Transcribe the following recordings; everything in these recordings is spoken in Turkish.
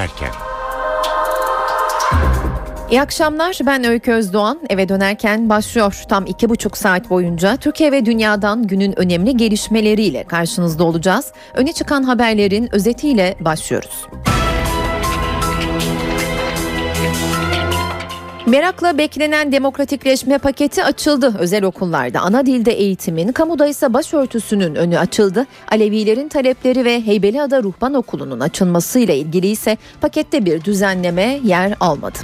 dönerken. İyi akşamlar, ben Öykü Özdoğan. Eve dönerken başlıyor. Tam 2,5 saat boyunca Türkiye ve dünyadan günün önemli gelişmeleriyle karşınızda olacağız. Öne çıkan haberlerin özetiyle başlıyoruz. Merakla beklenen demokratikleşme paketi açıldı. Özel okullarda ana dilde eğitimin, kamuda ise başörtüsünün önü açıldı. Alevilerin talepleri ve Heybeliada Ruhban Okulu'nun açılmasıyla ilgili ise pakette bir düzenleme yer almadı.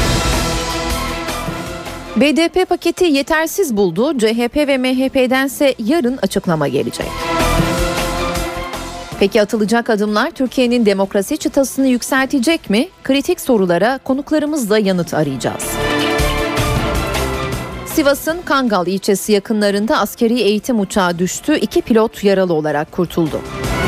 BDP paketi yetersiz buldu. CHP ve MHP'dense yarın açıklama gelecek. Peki atılacak adımlar Türkiye'nin demokrasi çıtasını yükseltecek mi? Kritik sorulara konuklarımızla yanıt arayacağız. Sivas'ın Kangal ilçesi yakınlarında askeri eğitim uçağı düştü. 2 pilot yaralı olarak kurtuldu.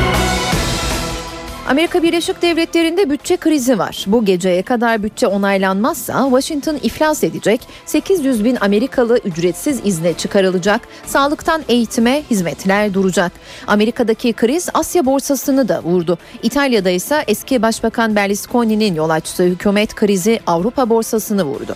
Amerika Birleşik Devletleri'nde bütçe krizi var. Bu geceye kadar bütçe onaylanmazsa Washington iflas edecek. 800 bin Amerikalı ücretsiz izne çıkarılacak. Sağlıktan eğitime hizmetler duracak. Amerika'daki kriz Asya borsasını da vurdu. İtalya'da ise eski Başbakan Berlusconi'nin yol açtığı hükümet krizi Avrupa borsasını vurdu.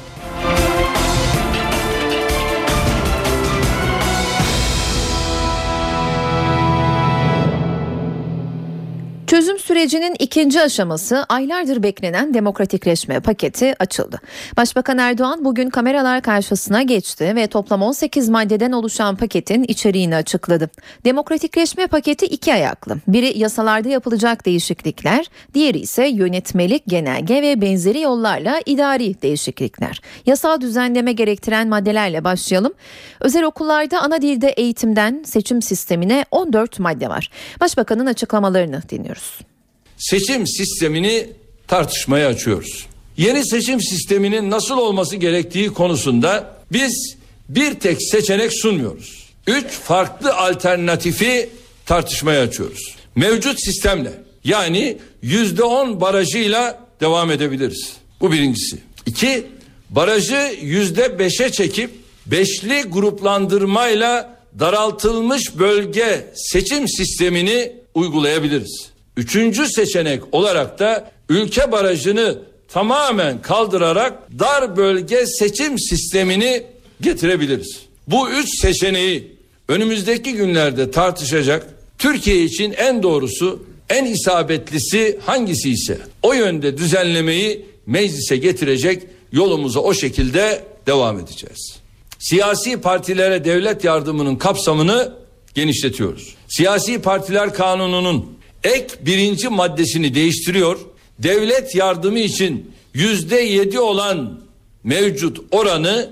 Çözüm sürecinin ikinci aşaması aylardır beklenen demokratikleşme paketi açıldı. Başbakan Erdoğan bugün kameralar karşısına geçti ve toplam 18 maddeden oluşan paketin içeriğini açıkladı. Demokratikleşme paketi 2 ayaklı. Biri yasalarda yapılacak değişiklikler, diğeri ise yönetmelik, genelge ve benzeri yollarla idari değişiklikler. Yasal düzenleme gerektiren maddelerle başlayalım. Özel okullarda ana dilde eğitimden seçim sistemine 14 madde var. Başbakanın açıklamalarını dinliyoruz. Seçim sistemini tartışmaya açıyoruz. Yeni seçim sisteminin nasıl olması gerektiği konusunda biz bir tek seçenek sunmuyoruz. 3 farklı alternatifi tartışmaya açıyoruz. Mevcut sistemle, yani %10 barajıyla devam edebiliriz. Bu birincisi. 2, barajı %5'e çekip beşli gruplandırmayla daraltılmış bölge seçim sistemini uygulayabiliriz. 3. seçenek olarak da ülke barajını tamamen kaldırarak dar bölge seçim sistemini getirebiliriz. Bu 3 seçeneği önümüzdeki günlerde tartışacak, Türkiye için en doğrusu, en isabetlisi hangisi ise o yönde düzenlemeyi meclise getirecek, yolumuza o şekilde devam edeceğiz. Siyasi partilere devlet yardımının kapsamını genişletiyoruz. Siyasi Partiler Kanunu'nun ek 1. maddesini değiştiriyor. Devlet yardımı için %7 olan mevcut oranı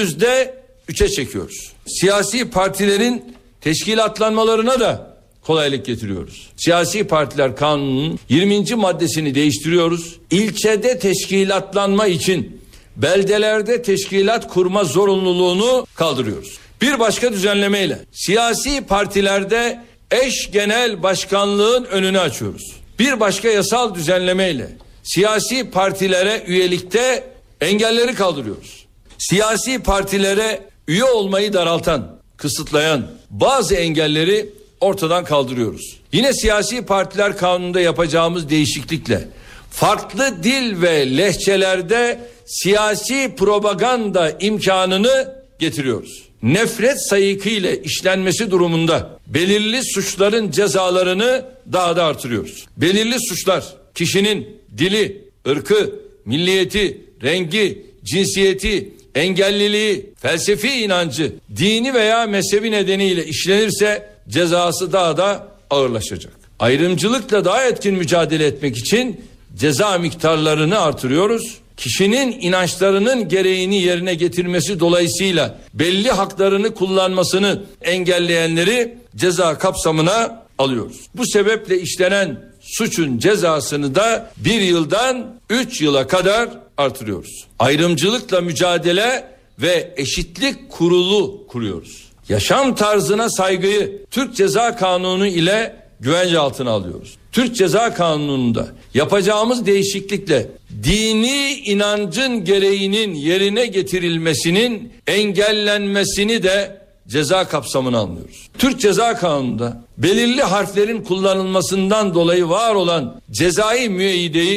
%3'e çekiyoruz. Siyasi partilerin teşkilatlanmalarına da kolaylık getiriyoruz. Siyasi Partiler Kanunu'nun 20. maddesini değiştiriyoruz. İlçede teşkilatlanma için beldelerde teşkilat kurma zorunluluğunu kaldırıyoruz. Bir başka düzenlemeyle siyasi partilerde eş genel başkanlığın önünü açıyoruz. Bir başka yasal düzenlemeyle siyasi partilere üyelikte engelleri kaldırıyoruz. Siyasi partilere üye olmayı daraltan, kısıtlayan bazı engelleri ortadan kaldırıyoruz. Yine Siyasi Partiler Kanunu'nda yapacağımız değişiklikle farklı dil ve lehçelerde siyasi propaganda imkanını getiriyoruz. Nefret sayıkıyla işlenmesi durumunda belirli suçların cezalarını daha da artırıyoruz. Belirli suçlar kişinin dili, ırkı, milliyeti, rengi, cinsiyeti, engelliliği, felsefi inancı, dini veya mezhebi nedeniyle işlenirse cezası daha da ağırlaşacak. Ayrımcılıkla daha etkin mücadele etmek için ceza miktarlarını artırıyoruz. Kişinin inançlarının gereğini yerine getirmesi dolayısıyla belli haklarını kullanmasını engelleyenleri ceza kapsamına alıyoruz. Bu sebeple işlenen suçun cezasını da 1 yıldan 3 yıla kadar artırıyoruz. Ayrımcılıkla mücadele ve eşitlik kurulu kuruyoruz. Yaşam tarzına saygıyı Türk Ceza Kanunu ile güvence altına alıyoruz. Türk Ceza Kanunu'nda yapacağımız değişiklikle dini inancın gereğinin yerine getirilmesinin engellenmesini de ceza kapsamına almıyoruz. Türk Ceza Kanunu'nda belirli harflerin kullanılmasından dolayı var olan cezai müeyyideyi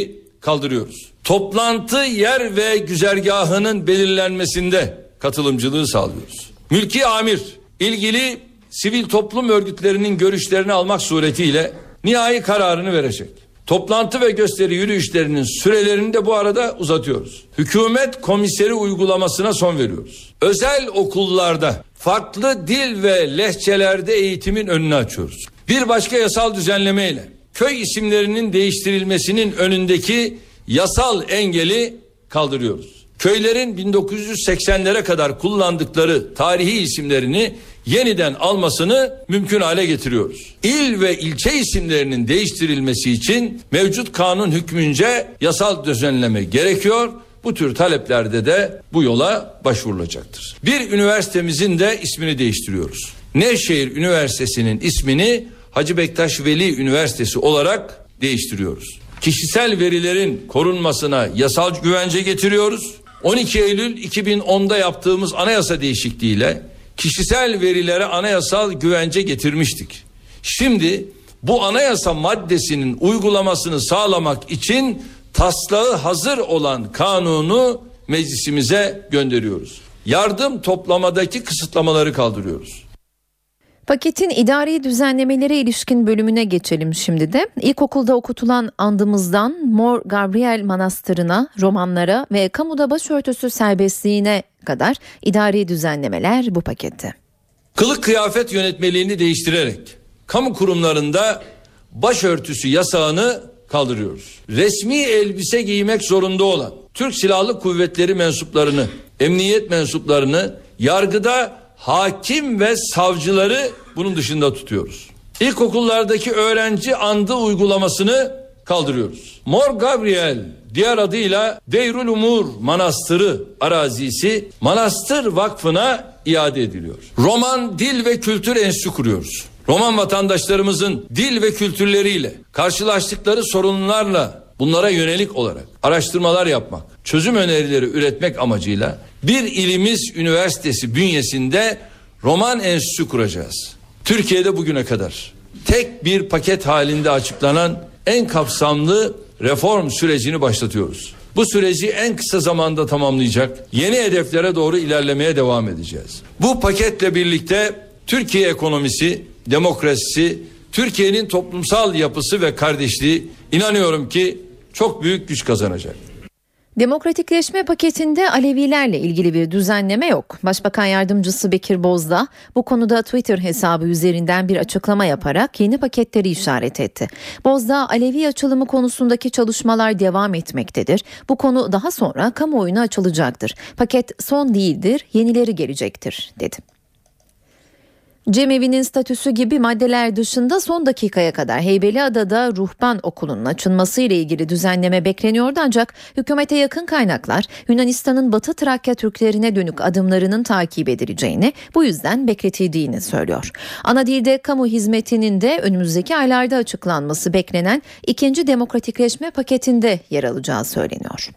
kaldırıyoruz. Toplantı yer ve güzergahının belirlenmesinde katılımcılığı sağlıyoruz. Mülki amir ilgili sivil toplum örgütlerinin görüşlerini almak suretiyle nihai kararını verecek. Toplantı ve gösteri yürüyüşlerinin sürelerini de bu arada uzatıyoruz. Hükümet komiseri uygulamasına son veriyoruz. Özel okullarda farklı dil ve lehçelerde eğitimin önünü açıyoruz. Bir başka yasal düzenlemeyle köy isimlerinin değiştirilmesinin önündeki yasal engeli kaldırıyoruz. Köylerin 1980'lere kadar kullandıkları tarihi isimlerini yeniden almasını mümkün hale getiriyoruz. İl ve ilçe isimlerinin değiştirilmesi için mevcut kanun hükmünce yasal düzenleme gerekiyor. Bu tür taleplerde de bu yola başvurulacaktır. Bir üniversitemizin de ismini değiştiriyoruz. Nevşehir Üniversitesi'nin ismini Hacı Bektaş Veli Üniversitesi olarak değiştiriyoruz. Kişisel verilerin korunmasına yasal güvence getiriyoruz. 12 Eylül 2010'da yaptığımız anayasa değişikliğiyle kişisel verilere anayasal güvence getirmiştik. Şimdi bu anayasa maddesinin uygulamasını sağlamak için taslağı hazır olan kanunu meclisimize gönderiyoruz. Yardım toplamadaki kısıtlamaları kaldırıyoruz. Paketin idari düzenlemelere ilişkin bölümüne geçelim şimdi de. İlkokulda okutulan andımızdan Mor Gabriel Manastırı'na, romanlara ve kamuda başörtüsü serbestliğine kadar idari düzenlemeler bu pakette. Kılık kıyafet yönetmeliğini değiştirerek kamu kurumlarında başörtüsü yasağını kaldırıyoruz. Resmi elbise giymek zorunda olan Türk Silahlı Kuvvetleri mensuplarını, emniyet mensuplarını, yargıda hakim ve savcıları bunun dışında tutuyoruz. İlkokullardaki öğrenci andı uygulamasını kaldırıyoruz. Mor Gabriel, diğer adıyla Deyrül Umur Manastırı arazisi Manastır Vakfı'na iade ediliyor. Roman Dil ve Kültür Enstitüsü kuruyoruz. Roman vatandaşlarımızın dil ve kültürleriyle karşılaştıkları sorunlarla bunlara yönelik olarak araştırmalar yapmak, çözüm önerileri üretmek amacıyla bir ilimiz üniversitesi bünyesinde Roman Enstitüsü kuracağız. Türkiye'de bugüne kadar tek bir paket halinde açıklanan en kapsamlı reform sürecini başlatıyoruz. Bu süreci en kısa zamanda tamamlayacak, yeni hedeflere doğru ilerlemeye devam edeceğiz. Bu paketle birlikte Türkiye ekonomisi, demokrasisi, Türkiye'nin toplumsal yapısı ve kardeşliği inanıyorum ki çok büyük güç kazanacak. Demokratikleşme paketinde Alevilerle ilgili bir düzenleme yok. Başbakan Yardımcısı Bekir Bozdağ bu konuda Twitter hesabı üzerinden bir açıklama yaparak yeni paketleri işaret etti. Bozdağ, Alevi açılımı konusundaki çalışmalar devam etmektedir. Bu konu daha sonra kamuoyuna açılacaktır. Paket son değildir, yenileri gelecektir, dedi. Cemevi'nin statüsü gibi maddeler dışında son dakikaya kadar Heybeliada'da ruhban okulunun açılması ile ilgili düzenleme bekleniyordu, ancak hükümete yakın kaynaklar Yunanistan'ın Batı Trakya Türklerine dönük adımlarının takip edileceğini, bu yüzden bekletildiğini söylüyor. Ana dilde kamu hizmetinin de önümüzdeki aylarda açıklanması beklenen 2. demokratikleşme paketinde yer alacağı söyleniyor.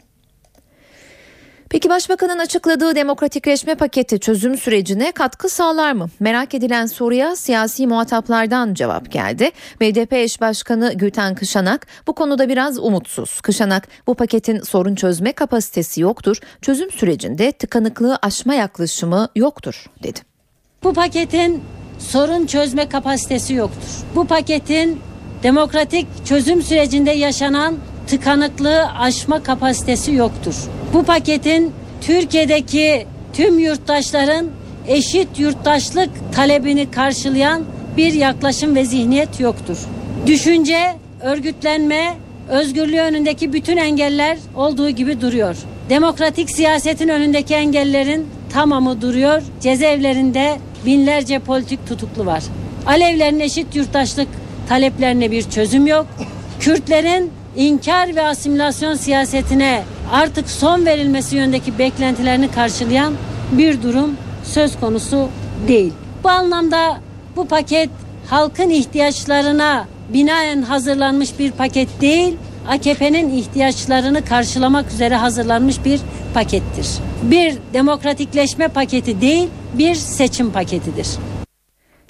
Peki Başbakan'ın açıkladığı demokratikleşme paketi çözüm sürecine katkı sağlar mı? Merak edilen soruya siyasi muhataplardan cevap geldi. BDP eş başkanı Gülten Kışanak bu konuda biraz umutsuz. Kışanak, bu paketin sorun çözme kapasitesi yoktur, çözüm sürecinde tıkanıklığı aşma yaklaşımı yoktur, dedi. Bu paketin sorun çözme kapasitesi yoktur. Bu paketin demokratik çözüm sürecinde yaşanan tıkanıklığı aşma kapasitesi yoktur. Bu paketin Türkiye'deki tüm yurttaşların eşit yurttaşlık talebini karşılayan bir yaklaşım ve zihniyet yoktur. Düşünce, örgütlenme, özgürlüğü önündeki bütün engeller olduğu gibi duruyor. Demokratik siyasetin önündeki engellerin tamamı duruyor. Cezaevlerinde binlerce politik tutuklu var. Alevlerin eşit yurttaşlık taleplerine bir çözüm yok. Kürtlerin İnkar ve asimilasyon siyasetine artık son verilmesi yönündeki beklentilerini karşılayan bir durum söz konusu değil. Bu anlamda bu paket halkın ihtiyaçlarına binaen hazırlanmış bir paket değil, AKP'nin ihtiyaçlarını karşılamak üzere hazırlanmış bir pakettir. Bir demokratikleşme paketi değil, bir seçim paketidir.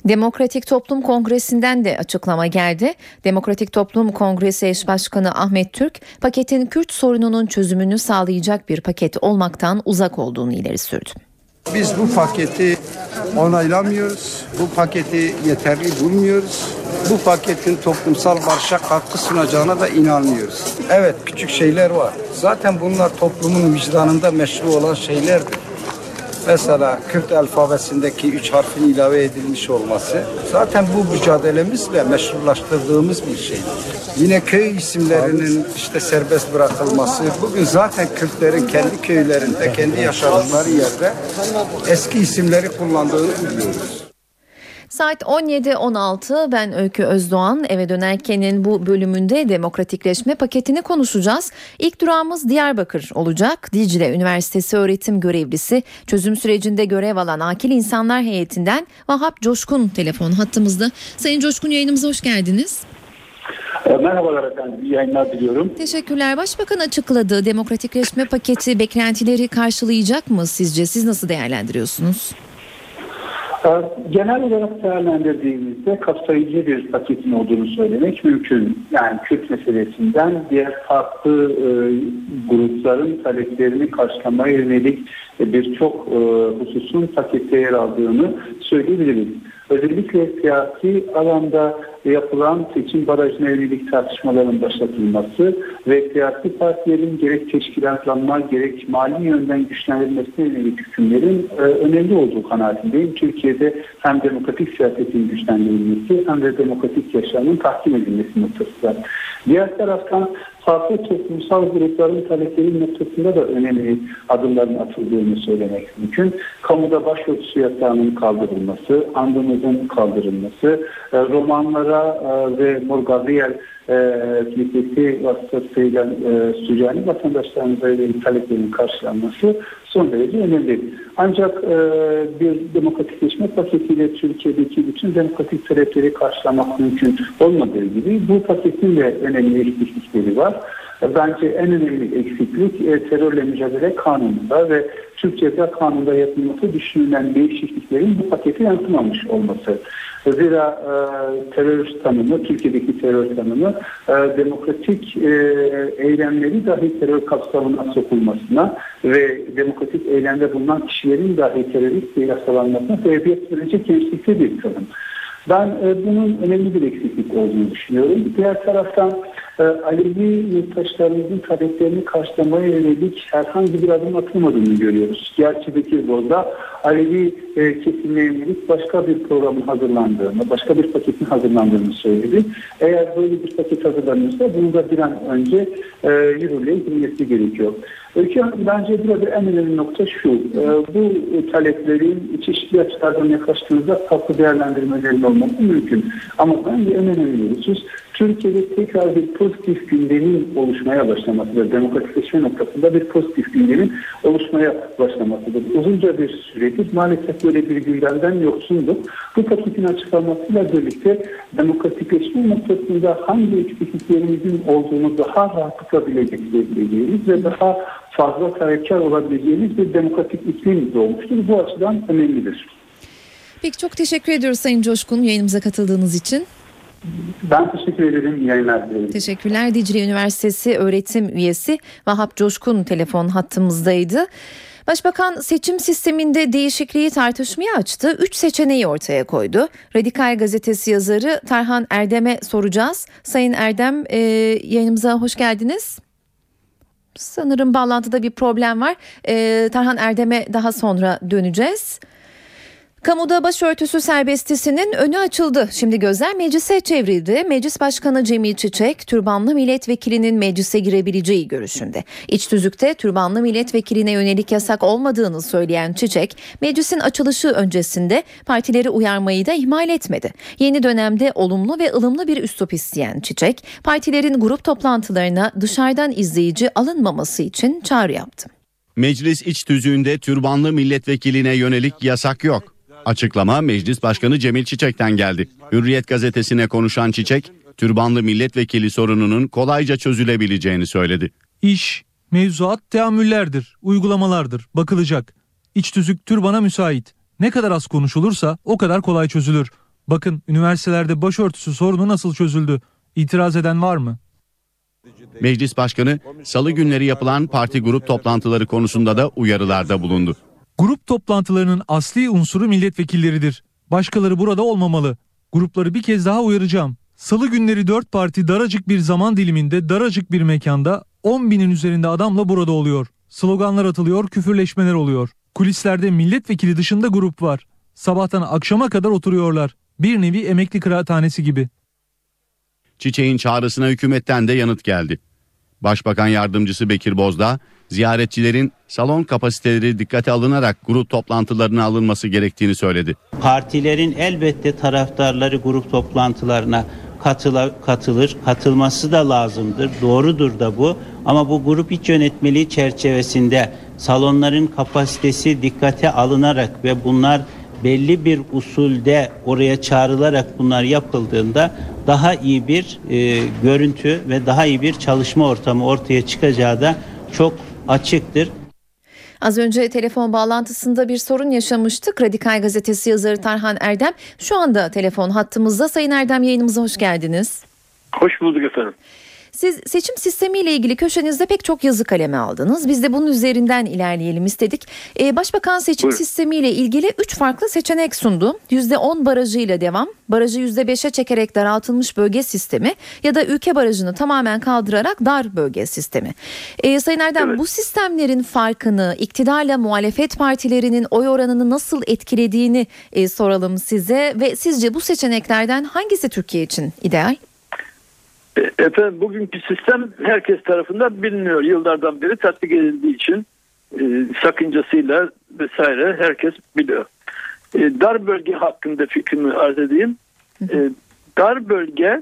Demokratik Toplum Kongresi'nden de açıklama geldi. Demokratik Toplum Kongresi Eş Başkanı Ahmet Türk, paketin Kürt sorununun çözümünü sağlayacak bir paket olmaktan uzak olduğunu ileri sürdü. Biz bu paketi onaylamıyoruz. Bu paketi yeterli bulmuyoruz. Bu paketin toplumsal barışa katkı sunacağına da inanmıyoruz. Evet, küçük şeyler var. Zaten bunlar toplumun vicdanında meşru olan şeylerdir. Mesela Kürt alfabesindeki 3 harfin ilave edilmiş olması zaten bu mücadelemizle meşrulaştırdığımız bir şey. Yine köy isimlerinin serbest bırakılması, bugün zaten Kürtlerin kendi köylerinde, kendi yaşadıkları yerde eski isimleri kullandığını biliyoruz. Saat 17.16, ben Öykü Özdoğan. Eve dönerkenin bu bölümünde demokratikleşme paketini konuşacağız. İlk durağımız Diyarbakır olacak. Dicle Üniversitesi öğretim görevlisi, çözüm sürecinde görev alan Akil İnsanlar Heyeti'nden Vahap Coşkun telefon hattımızda. Sayın Coşkun, yayınımıza hoş geldiniz. Merhabalar efendim, iyi yayınlar diliyorum. Teşekkürler. Başbakan açıkladığı demokratikleşme paketi beklentileri karşılayacak mı sizce? Siz nasıl değerlendiriyorsunuz? Genel olarak değerlendirdiğimizde kapsayıcı bir paketin olduğunu söylemek mümkün. Yani Kürt meselesinden diğer farklı grupların taleplerini karşılamaya yönelik birçok hususun pakette yer aldığını söyleyebiliriz. Özellikle siyasi alanda yapılan seçim barajına yönelik tartışmaların başlatılması ve siyasi partilerin gerek teşkilatlanma gerek mali yönden güçlendirilmesine yönelik hükümlerin önemli olduğu kanaatindeyim. Türkiye'de hem demokratik siyasetin güçlendirilmesi hem de demokratik yaşamın tahkim edilmesi noktasında. Diğer taraftan farklı toplumsal grupların talepleri noktasında da önemli adımların atıldığını söylemek mümkün. Kamuda başörtüsü yasağının kaldırılması, andımızın kaldırılması, romanlara ve Mor Gabriel kilisesi vasıtasıyla Süryani vatandaşlarımıza yönelik taleplerin karşılanması son derece önemli. Ancak bir demokratikleşme paketiyle Türkiye'deki bütün demokratik talepleri karşılamak mümkün olmadığı gibi bu paketin de önemli eksiklikleri var. Bence en önemli eksiklik terörle mücadele kanununda ve Türk Ceza Kanunu'nda yapılması düşünülen değişikliklerin bu pakete yansımamış olması. Zira terör tanımı, Türkiye'deki terör tanımı demokratik eylemleri dahi terör kapsamına sokulmasına ve demokratik eylemde bulunan kişilerin dahi terörist yasalanmasına sebebiyet verecek gençlikte bir tanım. Ben bunun önemli bir eksiklik olduğunu düşünüyorum. Diğer taraftan Alevi yurttaşlarımızın taleplerini karşılamaya yönelik herhangi bir adım atılmadığını görüyoruz. Gerçi Bekirboğlu'da Alevi kesimine yönelik başka bir programın hazırlandığını, başka bir paketin hazırlandığını söyledi. Eğer böyle bir paket hazırlanırsa bunu da bir an önce yürürlüğe girmesi gerekiyor. Öykü Hanım, bence burada en önemli nokta şu, bu taleplerin çeşitli açılardan yaklaştığınızda farklı değerlendirmelerin olması mümkün. Ama bence en önemli husus, Türkiye'de tekrar bir pozitif gündemin oluşmaya başlamasıdır. Demokratikleşme noktasında bir pozitif gündemin oluşmaya başlamasıdır. Uzunca bir süredir maalesef böyle bir gündemden yoksulduk. Bu paketin açıklamasıyla birlikte demokratikleşme noktasında hangi eksikliklerimizin olduğunu daha rahatlıkla bile getirebileceğimiz ve daha fazla talepkar olabileceğimiz bir demokratik iklim doğmuştur. Bu açıdan önemlidir. Peki, çok teşekkür ediyoruz Sayın Coşkun yayınımıza katıldığınız için. Ben teşekkür ederim. İyi yayınlar dilerim. Teşekkürler. Dicle Üniversitesi öğretim üyesi Vahap Coşkun telefon hattımızdaydı. Başbakan seçim sisteminde değişikliği tartışmaya açtı. 3 seçeneği ortaya koydu. Radikal Gazetesi yazarı Tarhan Erdem'e soracağız. Sayın Erdem, yayınımıza hoş geldiniz. Sanırım bağlantıda bir problem var. Tarhan Erdem'e daha sonra döneceğiz. Kamuda başörtüsü serbestisinin önü açıldı. Şimdi gözler meclise çevrildi. Meclis Başkanı Cemil Çiçek, türbanlı milletvekilinin meclise girebileceği görüşünde. İç tüzükte türbanlı milletvekiline yönelik yasak olmadığını söyleyen Çiçek, meclisin açılışı öncesinde partileri uyarmayı da ihmal etmedi. Yeni dönemde olumlu ve ılımlı bir üslup isteyen Çiçek, partilerin grup toplantılarına dışarıdan izleyici alınmaması için çağrı yaptı. Meclis iç tüzüğünde türbanlı milletvekiline yönelik yasak yok. Açıklama Meclis Başkanı Cemil Çiçek'ten geldi. Hürriyet gazetesine konuşan Çiçek, türbanlı milletvekili sorununun kolayca çözülebileceğini söyledi. İş, mevzuat teamüllerdir, uygulamalardır, bakılacak. İç tüzük türbana müsait. Ne kadar az konuşulursa o kadar kolay çözülür. Bakın üniversitelerde başörtüsü sorunu nasıl çözüldü? İtiraz eden var mı? Meclis Başkanı salı günleri yapılan parti grup toplantıları konusunda da uyarılarda bulundu. Grup toplantılarının asli unsuru milletvekilleridir. Başkaları burada olmamalı. Grupları bir kez daha uyaracağım. Salı günleri 4 parti daracık bir zaman diliminde, daracık bir mekanda 10.000'in üzerinde adamla burada oluyor. Sloganlar atılıyor, küfürleşmeler oluyor. Kulislerde milletvekili dışında grup var. Sabahtan akşama kadar oturuyorlar. Bir nevi emekli kıraathanesi gibi. Çiçek'in çağrısına hükümetten de yanıt geldi. Başbakan Yardımcısı Bekir Bozdağ, ziyaretçilerin salon kapasiteleri dikkate alınarak grup toplantılarına alınması gerektiğini söyledi. Partilerin elbette taraftarları grup toplantılarına katılır, katılması da lazımdır, doğrudur da bu. Ama bu grup iç yönetmeliği çerçevesinde salonların kapasitesi dikkate alınarak ve bunlar belli bir usulde oraya çağrılarak bunlar yapıldığında daha iyi bir görüntü ve daha iyi bir çalışma ortamı ortaya çıkacağı da çok açıktır. Az önce telefon bağlantısında bir sorun yaşamıştık. Radikal Gazetesi yazarı Tarhan Erdem şu anda telefon hattımızda. Sayın Erdem, yayınımıza hoş geldiniz. Hoş bulduk efendim. Siz seçim sistemiyle ilgili köşenizde pek çok yazı kaleme aldınız. Biz de bunun üzerinden ilerleyelim istedik. Başbakan seçim sistemiyle ilgili 3 farklı seçenek sundu. %10 barajıyla devam, barajı %5'e çekerek daraltılmış bölge sistemi ya da ülke barajını tamamen kaldırarak dar bölge sistemi. Sayın Erdem, evet, bu sistemlerin farkını, iktidarla muhalefet partilerinin oy oranını nasıl etkilediğini soralım size ve sizce bu seçeneklerden hangisi Türkiye için ideal? Efendim, bugünkü sistem herkes tarafından biliniyor. Yıllardan beri tatbik edildiği için sakıncasıyla vesaire herkes biliyor. Dar bölge hakkında fikrimi arz edeyim. Dar bölge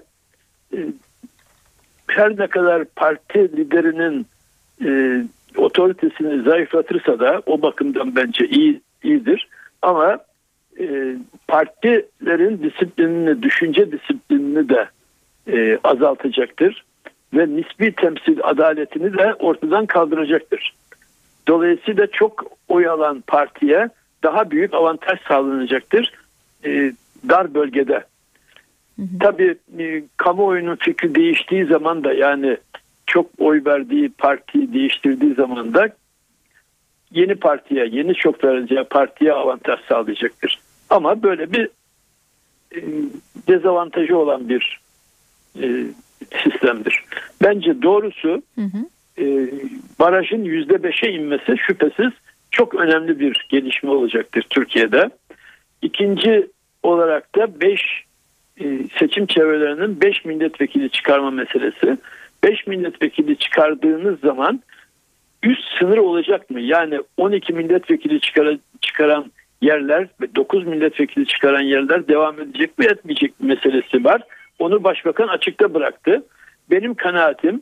her ne kadar parti liderinin otoritesini zayıflatırsa da o bakımdan bence iyidir. Ama partilerin disiplinini, düşünce disiplinini de azaltacaktır ve nispi temsil adaletini de ortadan kaldıracaktır. Dolayısıyla çok oy alan partiye daha büyük avantaj sağlanacaktır dar bölgede. Tabii kamuoyunun fikri değiştiği zaman da, yani çok oy verdiği partiyi değiştirdiği zaman da yeni partiye, yeni çok vereceği partiye avantaj sağlayacaktır. Ama böyle bir dezavantajı olan bir sistemdir. Bence doğrusu barajın %5'e inmesi şüphesiz çok önemli bir gelişme olacaktır Türkiye'de. İkinci olarak da 5 seçim çevrelerinin 5 milletvekili çıkarma meselesi. 5 milletvekili çıkardığınız zaman üst sınır olacak mı? Yani 12 milletvekili çıkaran yerler ve 9 milletvekili çıkaran yerler devam edecek mi, etmeyecek mi meselesi var. Onu başbakan açıkta bıraktı. Benim kanaatim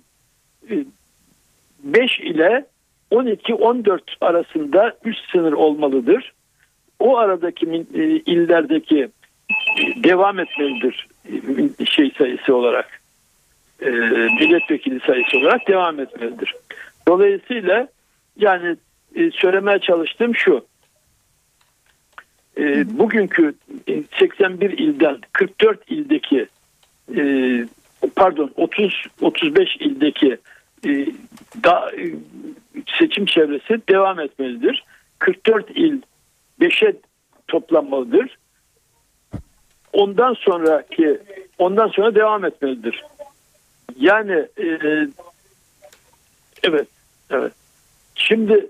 5 ile 12-14 arasında üst sınır olmalıdır. O aradaki illerdeki devam etmelidir sayısı olarak, milletvekili sayısı olarak devam etmelidir. Dolayısıyla yani söylemeye çalıştığım şu: bugünkü 81 ilden 44 ildeki 35 ildeki seçim çevresi devam etmelidir. 44 il 5'e toplanmalıdır. Ondan sonra devam etmelidir. Yani evet. Şimdi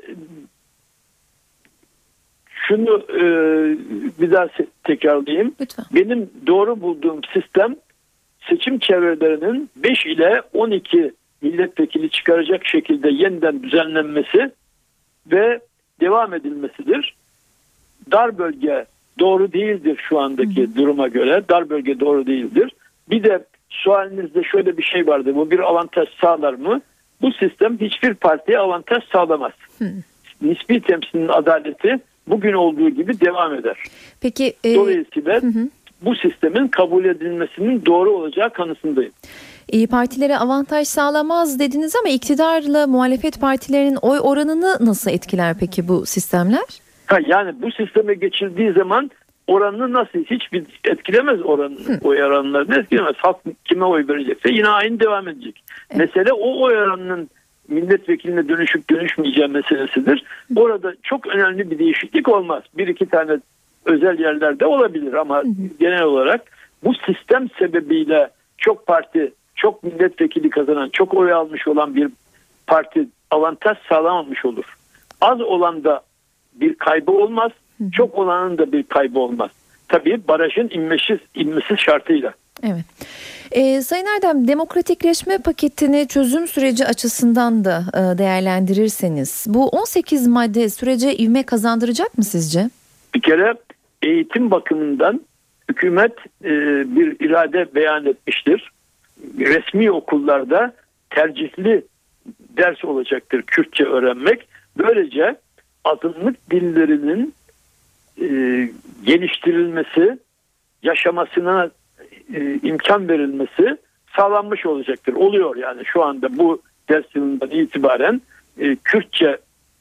şunu bir daha tekrarlayayım. Lütfen. Benim doğru bulduğum sistem seçim çevrelerinin 5 ile 12 milletvekili çıkaracak şekilde yeniden düzenlenmesi ve devam edilmesidir. Dar bölge doğru değildir şu andaki duruma göre. Dar bölge doğru değildir. Bir de sualinizde şöyle bir şey vardı. Bu bir avantaj sağlar mı? Bu sistem hiçbir partiye avantaj sağlamaz. Nispi temsilin adaleti bugün olduğu gibi devam eder. Peki, dolayısıyla bu sistemin kabul edilmesinin doğru olacağı kanısındayım. Partilere avantaj sağlamaz dediniz ama iktidarla muhalefet partilerinin oy oranını nasıl etkiler peki bu sistemler? Yani bu sisteme geçildiği zaman oranını nasıl hiçbir etkilemez oranını, oy oranlarını etkilemez. Halk kime oy verecekse yine aynı devam edecek. Mesele o oy oranının milletvekiline dönüşüp dönüşmeyeceği meselesidir. Orada çok önemli bir değişiklik olmaz. Bir iki tane özel yerlerde olabilir ama genel olarak bu sistem sebebiyle çok parti, çok milletvekili kazanan, çok oy almış olan bir parti avantaj sağlamamış olur. Az olan da bir kaybı olmaz, çok olanın da bir kaybı olmaz. Tabii barajın inmesi şartıyla. Evet. Sayın Erdem, demokratikleşme paketini çözüm süreci açısından da değerlendirirseniz bu 18 madde sürece ivme kazandıracak mı sizce? Bir kere eğitim bakımından hükümet bir irade beyan etmiştir. Resmi okullarda tercihli ders olacaktır Kürtçe öğrenmek. Böylece azınlık dillerinin geliştirilmesi, yaşamasına imkan verilmesi sağlanmış olacaktır. Oluyor yani şu anda bu ders yılından itibaren Kürtçe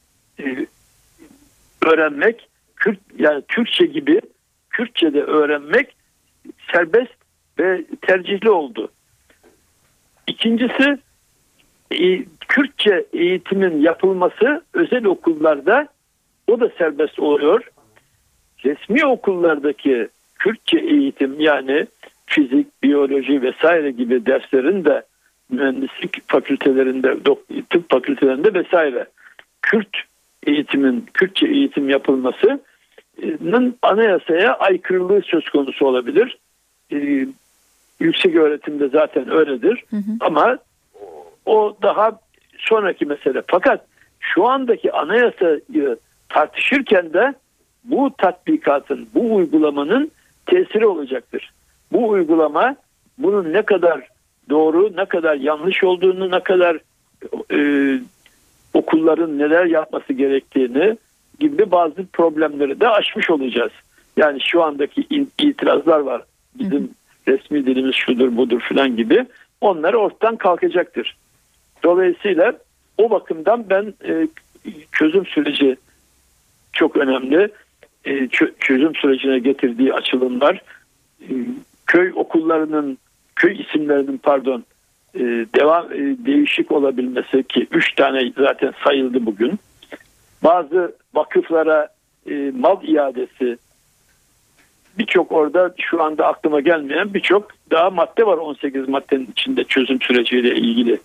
öğrenmek, yani Türkçe gibi Kürtçe de öğrenmek serbest ve tercihli oldu. İkincisi, Kürtçe eğitimin yapılması özel okullarda o da serbest oluyor. Resmi okullardaki Kürtçe eğitim yani fizik, biyoloji vesaire gibi derslerin de mühendislik fakültelerinde, tıp fakültelerinde vesaire Kürtçe eğitim yapılmasının anayasaya aykırılığı söz konusu olabilir. Yüksek öğretimde zaten öyledir. Ama o daha sonraki mesele. Fakat şu andaki anayasayı tartışırken de bu tatbikatın, bu uygulamanın tesiri olacaktır. Bu uygulama bunun ne kadar doğru, ne kadar yanlış olduğunu, ne kadar okulların neler yapması gerektiğini gibi bazı problemleri de aşmış olacağız. Yani şu andaki itirazlar var. Bizim resmi dilimiz şudur budur filan gibi. Onlar ortadan kalkacaktır. Dolayısıyla o bakımdan ben çözüm süreci çok önemli. Çözüm sürecine getirdiği açılımlar, köy isimlerinin değişik olabilmesi ki 3 tane zaten sayıldı bugün. Bazı vakıflara mal iadesi, birçok orada şu anda aklıma gelmeyen birçok daha madde var 18 maddenin içinde çözüm süreciyle ilgili.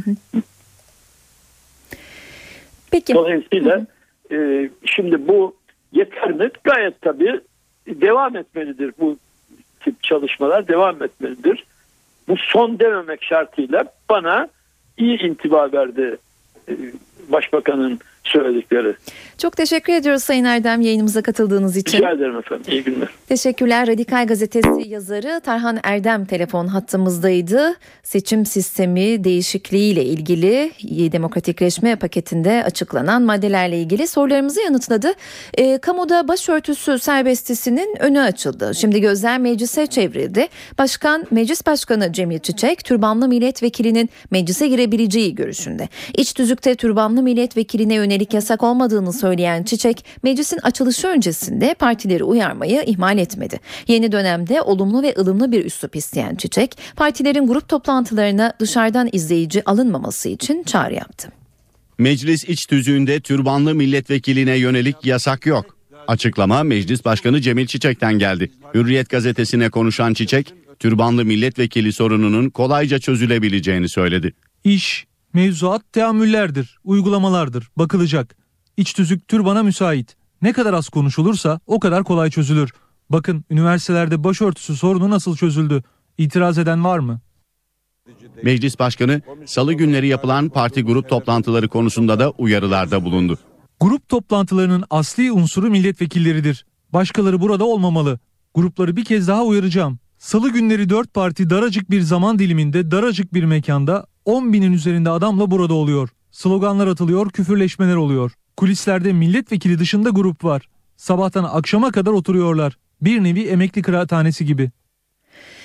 Peki. Dolayısıyla şimdi bu yeter mi? Gayet tabii devam etmelidir. Bu tip çalışmalar devam etmelidir. Bu son dememek şartıyla bana iyi intiba verdi Başbakanın söyledikleri. Çok teşekkür ediyoruz Sayın Erdem yayınımıza katıldığınız için. Rica ederim efendim. İyi günler. Teşekkürler. Radikal Gazetesi yazarı Tarhan Erdem telefon hattımızdaydı. Seçim sistemi değişikliğiyle ilgili demokratikleşme paketinde açıklanan maddelerle ilgili sorularımızı yanıtladı. Kamuda başörtüsü serbestisinin önü açıldı. Şimdi gözler meclise çevrildi. Meclis Başkanı Cemil Çiçek, türbanlı milletvekilinin meclise girebileceği görüşünde. İç tüzükte türbanlı milletvekiline yönelik yasak olmadığını söyleyen Çiçek, meclisin açılışı öncesinde partileri uyarmayı ihmal etmedi. Yeni dönemde olumlu ve ılımlı bir üslup isteyen Çiçek, partilerin grup toplantılarına dışarıdan izleyici alınmaması için çağrı yaptı. Meclis iç tüzüğünde türbanlı milletvekiline yönelik yasak yok. Açıklama Meclis Başkanı Cemil Çiçek'ten geldi. Hürriyet gazetesine konuşan Çiçek, türbanlı milletvekili sorununun kolayca çözülebileceğini söyledi. İş, mevzuat teamüllerdir, uygulamalardır, bakılacak. İç tüzük türbana müsait. Ne kadar az konuşulursa o kadar kolay çözülür. Bakın üniversitelerde başörtüsü sorunu nasıl çözüldü? İtiraz eden var mı? Meclis Başkanı salı günleri yapılan parti grup toplantıları konusunda da uyarılarda bulundu. Grup toplantılarının asli unsuru milletvekilleridir. Başkaları burada olmamalı. Grupları bir kez daha uyaracağım. Salı günleri 4 parti daracık bir zaman diliminde, daracık bir mekanda 10.000'in üzerinde adamla burada oluyor. Sloganlar atılıyor, küfürleşmeler oluyor. Kulislerde milletvekili dışında grup var. Sabahtan akşama kadar oturuyorlar. Bir nevi emekli kıraathanesi gibi.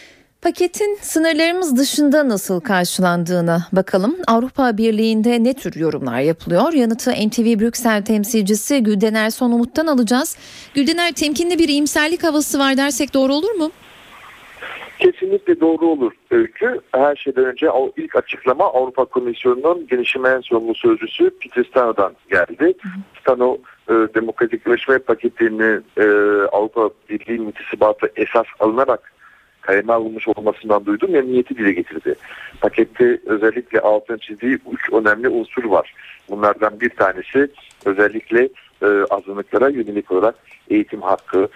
Paketin sınırlarımız dışında nasıl karşılandığına bakalım. Avrupa Birliği'nde ne tür yorumlar yapılıyor? Yanıtı NTV Brüksel temsilcisi Güldener Sonumut'tan alacağız. Güldener, temkinli bir iyimserlik havası var dersek doğru olur mu? Kesinlikle doğru olur Öykü. Her şeyden önce ilk açıklama Avrupa Komisyonu'nun gelişime en sorumlu sözcüsü Peter Stano'dan geldi. Stano demokratikleşme paketini Avrupa Birliği mütesibatı esas alınarak kaleme alınmış olmasından duyduğu memnuniyeti dile getirdi. Pakette özellikle altını çizdiği 3 önemli unsur var. Bunlardan bir tanesi özellikle azınlıklara yönelik olarak eğitim hakkı,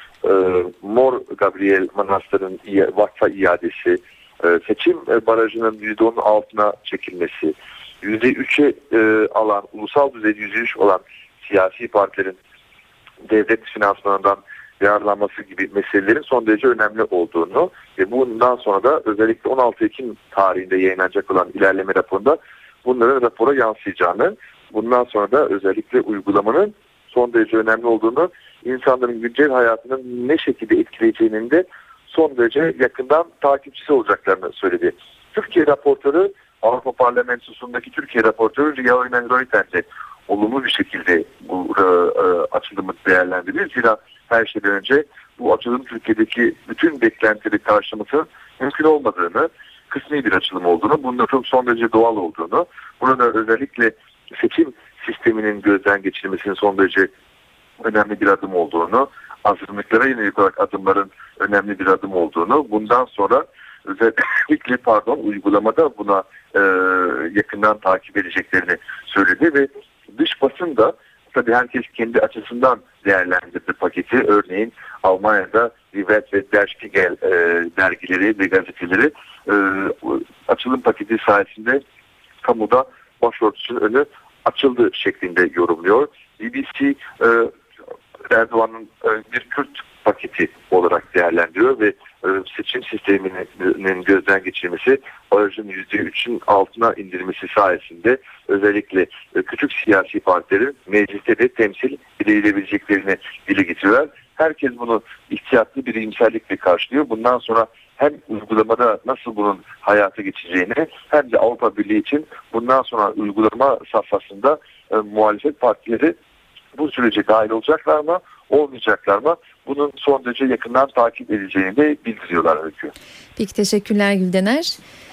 Mor Gabriel Manastır'ın vakfa iadesi, seçim barajının %10'un altına çekilmesi, %3'e alan, ulusal düzeyde %3 olan siyasi partilerin devlet finansmanından yararlanması gibi meselelerin son derece önemli olduğunu ve bundan sonra da özellikle 16 Ekim tarihinde yayınlanacak olan ilerleme raporunda bunların rapora yansıyacağını, bundan sonra da özellikle uygulamanın son derece önemli olduğunu, insanların güncel hayatının ne şekilde etkileyeceğinin de son derece yakından takipçisi olacaklarını söyledi. Türkiye raportörü, Avrupa Parlamentosu'ndaki Türkiye raportörü Ria Oomen-Ruijten olumlu bir şekilde bu açılımı değerlendirir. Zira her şeyden önce bu açılım Türkiye'deki bütün beklentileri karşılaması mümkün olmadığını, kısmi bir açılım olduğunu, bunun çok son derece doğal olduğunu, burada özellikle seçim sisteminin gözden geçirilmesinin son derece önemli bir adım olduğunu, azınlıklara yönelik olarak adımların önemli bir adım olduğunu, bundan sonra özellikle uygulamada buna yakından takip edeceklerini söyledi ve dış basın da tabii herkes kendi açısından değerlendirdi paketi. Örneğin Almanya'da Die Welt ve Der Spiegel dergileri ve gazeteleri açılım paketi sayesinde kamuda başörtüsünün önü açıldı şeklinde yorumluyor. BBC Erdoğan'ın bir Kürt paketi olarak değerlendiriyor ve seçim sisteminin gözden geçirilmesi, barajın %3'ün altına indirilmesi sayesinde özellikle küçük siyasi partilerin mecliste de temsil edilebileceklerini dile getiriyorlar. Herkes bunu ihtiyatlı bir iyimserlikle karşılıyor. Bundan sonra hem uygulamada nasıl bunun hayata geçeceğini hem de Avrupa Birliği için bundan sonra uygulama safhasında muhalefet partileri bu sürece dahil olacaklar mı, olmayacaklar mı? Bunun son derece yakından takip edileceğini de bildiriyorlar Öykü. Peki, teşekkürler Güldener.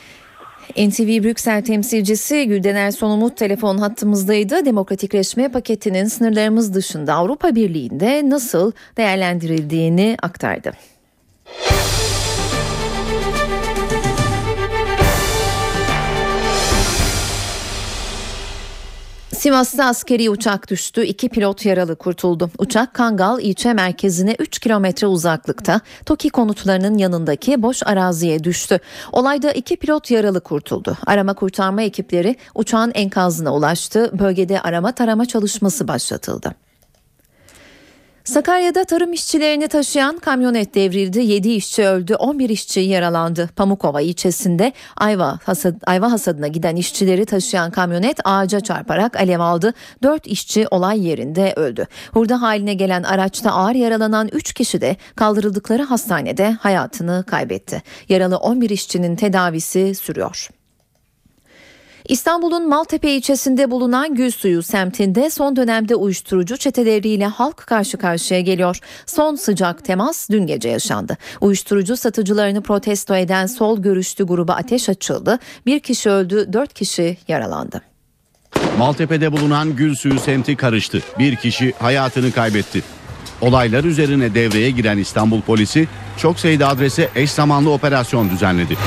NTV Brüksel temsilcisi Güldener Sonumut telefon hattımızdaydı. Demokratikleşme paketinin sınırlarımız dışında Avrupa Birliği'nde nasıl değerlendirildiğini aktardı. Sivas'ta askeri uçak düştü. 2 pilot yaralı kurtuldu. Uçak Kangal ilçe merkezine 3 kilometre uzaklıkta TOKİ konutlarının yanındaki boş araziye düştü. Olayda 2 pilot yaralı kurtuldu. Arama kurtarma ekipleri uçağın enkazına ulaştı. Bölgede arama tarama çalışması başlatıldı. Sakarya'da tarım işçilerini taşıyan kamyonet devrildi. 7 işçi öldü, 11 işçi yaralandı. Pamukova ilçesinde ayva hasadına giden işçileri taşıyan kamyonet ağaca çarparak alev aldı. 4 işçi olay yerinde öldü. Hurda haline gelen araçta ağır yaralanan 3 kişi de kaldırıldıkları hastanede hayatını kaybetti. Yaralı 11 işçinin tedavisi sürüyor. İstanbul'un Maltepe ilçesinde bulunan Gülsuyu semtinde son dönemde uyuşturucu çeteleriyle halk karşı karşıya geliyor. Son sıcak temas dün gece yaşandı. Uyuşturucu satıcılarını protesto eden sol görüşlü gruba ateş açıldı. 1 kişi öldü, 4 kişi yaralandı. Maltepe'de bulunan Gülsuyu semti karıştı. 1 kişi hayatını kaybetti. Olaylar üzerine devreye giren İstanbul polisi çok sayıda adrese eş zamanlı operasyon düzenledi.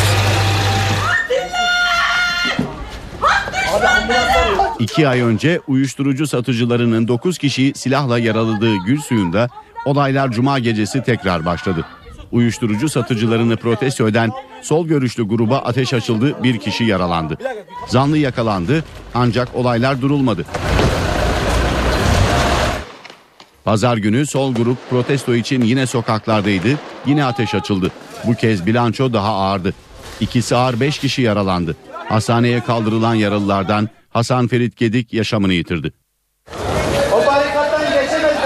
2 ay önce uyuşturucu satıcılarının 9 kişiyi silahla yaraladığı Gülsuyu'nda olaylar cuma gecesi tekrar başladı. Uyuşturucu satıcılarını protesto eden sol görüşlü gruba ateş açıldı, 1 kişi yaralandı. Zanlı yakalandı ancak olaylar durulmadı. Pazar günü sol grup protesto için yine sokaklardaydı, yine ateş açıldı. Bu kez bilanço daha ağırdı. 2'si ağır, 5 kişi yaralandı. Hastaneye kaldırılan yaralılardan Hasan Ferit Gedik yaşamını yitirdi.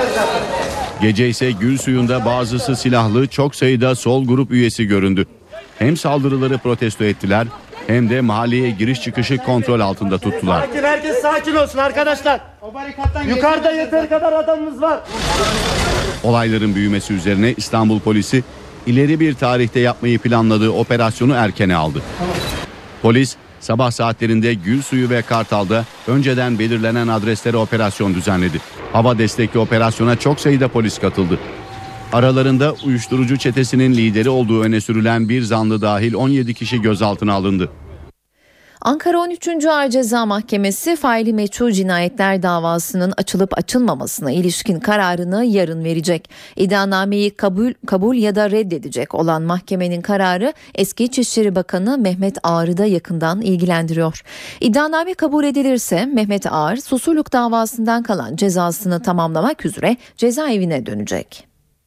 Gece ise Gülsuyu'nda bazısı silahlı, çok sayıda sol grup üyesi göründü. hem saldırıları protesto ettiler hem de mahalleye giriş çıkışı kontrol altında tuttular. Herkes sakin olsun arkadaşlar. Yukarıda yeteri kadar adamımız var. Olayların büyümesi üzerine İstanbul polisi ileri bir tarihte yapmayı planladığı operasyonu erkene aldı. Polis sabah saatlerinde Gülsuyu ve Kartal'da önceden belirlenen adreslere operasyon düzenledi. Hava destekli operasyona çok sayıda polis katıldı. Aralarında uyuşturucu çetesinin lideri olduğu öne sürülen bir zanlı dahil 17 kişi gözaltına alındı. Ankara 13. Ağır Ceza Mahkemesi faili meçhul cinayetler davasının açılıp açılmamasına ilişkin kararını yarın verecek. İddianameyi kabul ya da reddedecek olan mahkemenin kararı eski İçişleri Bakanı Mehmet Ağar'ı da yakından ilgilendiriyor. İddianame kabul edilirse Mehmet Ağar Susurluk davasından kalan cezasını tamamlamak üzere cezaevine dönecek.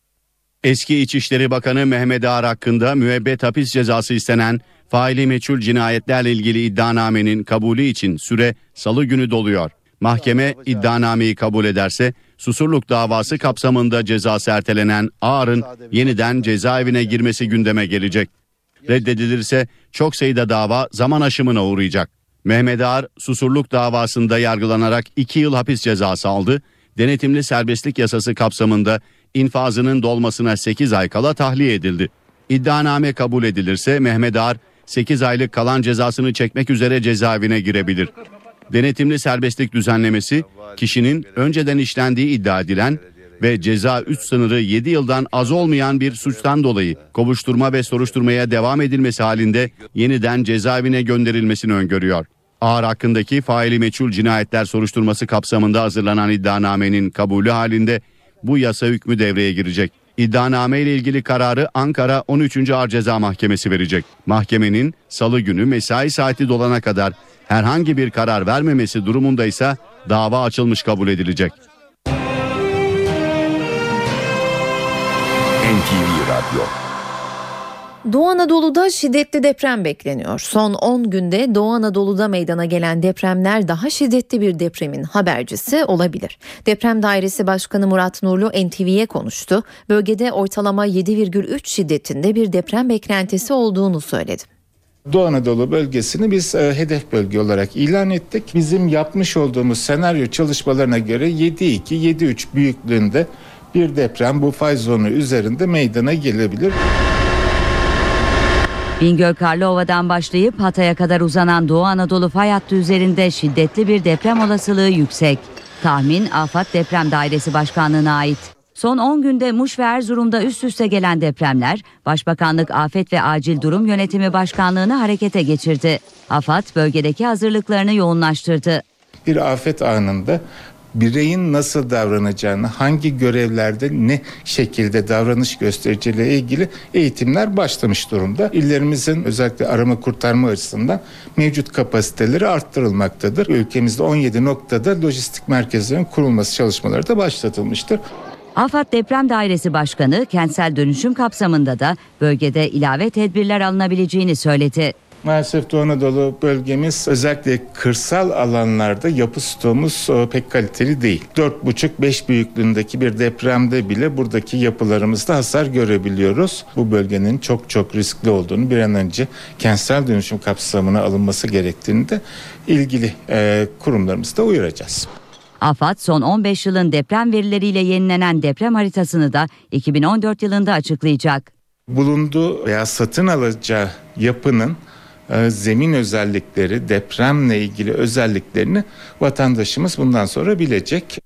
Eski İçişleri Bakanı Mehmet Ağar hakkında müebbet hapis cezası istenen faili meçhul cinayetlerle ilgili iddianamenin kabulü için süre Salı günü doluyor. Mahkeme iddianameyi kabul ederse Susurluk davası kapsamında cezası ertelenen Ağar'ın yeniden cezaevine girmesi gündeme gelecek. Reddedilirse çok sayıda dava zaman aşımına uğrayacak. Mehmet Ağar Susurluk davasında yargılanarak 2 yıl hapis cezası aldı. Denetimli serbestlik yasası kapsamında infazının dolmasına 8 ay kala tahliye edildi. İddianame kabul edilirse Mehmet Ağar 8 aylık kalan cezasını çekmek üzere cezaevine girebilir. Denetimli serbestlik düzenlemesi kişinin önceden işlendiği iddia edilen ve ceza üst sınırı 7 yıldan az olmayan bir suçtan dolayı kovuşturma ve soruşturmaya devam edilmesi halinde yeniden cezaevine gönderilmesini öngörüyor. Ağar hakkındaki faili meçhul cinayetler soruşturması kapsamında hazırlanan iddianamenin kabulü halinde bu yasa hükmü devreye girecek. İddianame ile ilgili kararı Ankara 13. Ağır Ceza Mahkemesi verecek. Mahkemenin Salı günü mesai saati dolana kadar herhangi bir karar vermemesi durumunda ise dava açılmış kabul edilecek. NTV Radyo. Doğu Anadolu'da şiddetli deprem bekleniyor. Son 10 günde Doğu Anadolu'da meydana gelen depremler daha şiddetli bir depremin habercisi olabilir. Deprem Dairesi Başkanı Murat Nurlu NTV'ye konuştu. Bölgede ortalama 7,3 şiddetinde bir deprem beklentisi olduğunu söyledi. Doğu Anadolu bölgesini biz hedef bölge olarak ilan ettik. Bizim yapmış olduğumuz senaryo çalışmalarına göre 7.2, 7.3 büyüklüğünde bir deprem bu fay zonu üzerinde meydana gelebilir. Bingöl Karlıova'dan başlayıp Hatay'a kadar uzanan Doğu Anadolu fay hattı üzerinde şiddetli bir deprem olasılığı yüksek. Tahmin Afat Deprem Dairesi Başkanlığı'na ait. Son 10 günde Muş ve Erzurum'da üst üste gelen depremler Başbakanlık Afet ve Acil Durum Yönetimi Başkanlığı'nı harekete geçirdi. AFAD bölgedeki hazırlıklarını yoğunlaştırdı. Bir afet anında bireyin nasıl davranacağını, hangi görevlerde ne şekilde davranış göstereceğiyle ilgili eğitimler başlamış durumda. İllerimizin özellikle arama kurtarma açısından mevcut kapasiteleri arttırılmaktadır. Ülkemizde 17 noktada lojistik merkezlerin kurulması çalışmaları da başlatılmıştır. AFAD Deprem Dairesi Başkanı kentsel dönüşüm kapsamında da bölgede ilave tedbirler alınabileceğini söyledi. Maalesef Doğu Anadolu bölgemiz özellikle kırsal alanlarda yapı stoğumuz pek kaliteli değil. 4,5-5 büyüklüğündeki bir depremde bile buradaki yapılarımızda hasar görebiliyoruz. Bu bölgenin çok riskli olduğunu, bir an önce kentsel dönüşüm kapsamına alınması gerektiğini de ilgili kurumlarımızda uyaracağız. AFAD son 15 yılın deprem verileriyle yenilenen deprem haritasını da 2014 yılında açıklayacak. Bulunduğu veya satın alacağı yapının zemin özellikleri, depremle ilgili özelliklerini vatandaşımız bundan sonra bilecek.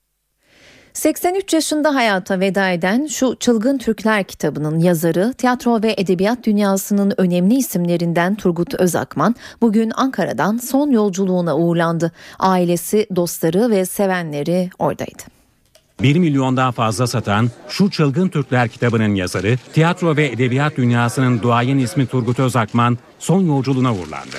83 yaşında hayata veda eden Şu Çılgın Türkler kitabının yazarı, tiyatro ve edebiyat dünyasının önemli isimlerinden Turgut Özakman bugün Ankara'dan son yolculuğuna uğurlandı. Ailesi, dostları ve sevenleri oradaydı. 1 milyondan fazla satan Şu Çılgın Türkler kitabının yazarı, tiyatro ve edebiyat dünyasının duayen ismi Turgut Özakman son yolculuğuna uğurlandı.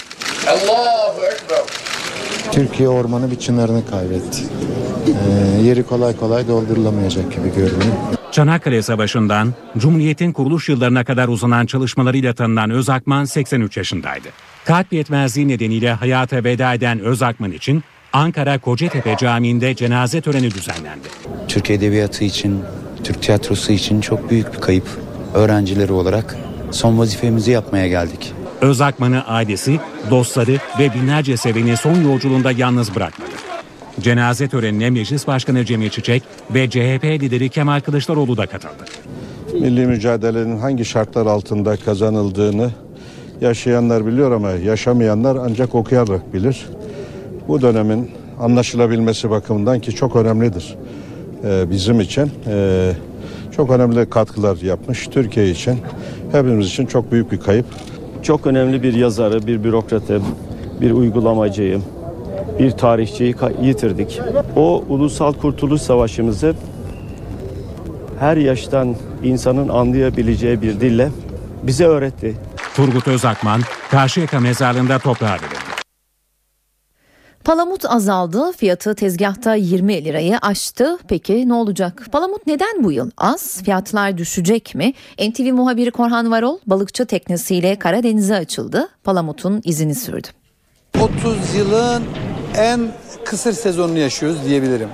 Türkiye ormanı bir çınarını kaybetti. Yeri kolay kolay doldurulamayacak gibi görünüyor. Çanakkale Savaşı'ndan Cumhuriyet'in kuruluş yıllarına kadar uzanan çalışmalarıyla tanınan Özakman 83 yaşındaydı. Kalp yetmezliği nedeniyle hayata veda eden Özakman için Ankara Kocatepe Camii'nde cenaze töreni düzenlendi. Türk edebiyatı için, Türk tiyatrosu için çok büyük bir kayıp. Öğrencileri olarak son vazifemizi yapmaya geldik. Özakman'ı ailesi, dostları ve binlerce seveni son yolculuğunda yalnız bırakmadı. Cenaze törenine Meclis Başkanı Cemil Çiçek ve CHP lideri Kemal Kılıçdaroğlu da katıldı. Milli mücadelenin hangi şartlar altında kazanıldığını yaşayanlar biliyor ama yaşamayanlar ancak okuyarak bilir. Bu dönemin anlaşılabilmesi bakımından ki çok önemlidir bizim için. Çok önemli katkılar yapmış Türkiye için. Hepimiz için çok büyük bir kayıp. Çok önemli bir yazarı, bir bürokratı, bir uygulamacıyı, bir tarihçiyi yitirdik. O ulusal kurtuluş savaşımızı her yaştan insanın anlayabileceği bir dille bize öğretti. Turgut Özakman, Karşıyaka mezarlığında toprağa verildi. Palamut azaldı, fiyatı tezgahta 20 lirayı aştı. Peki ne olacak? Palamut neden bu yıl az? Fiyatlar düşecek mi? NTV muhabiri Korhan Varol balıkçı teknesiyle Karadeniz'e açıldı. Palamut'un izini sürdü. 30 yılın en kısır sezonunu yaşıyoruz diyebilirim.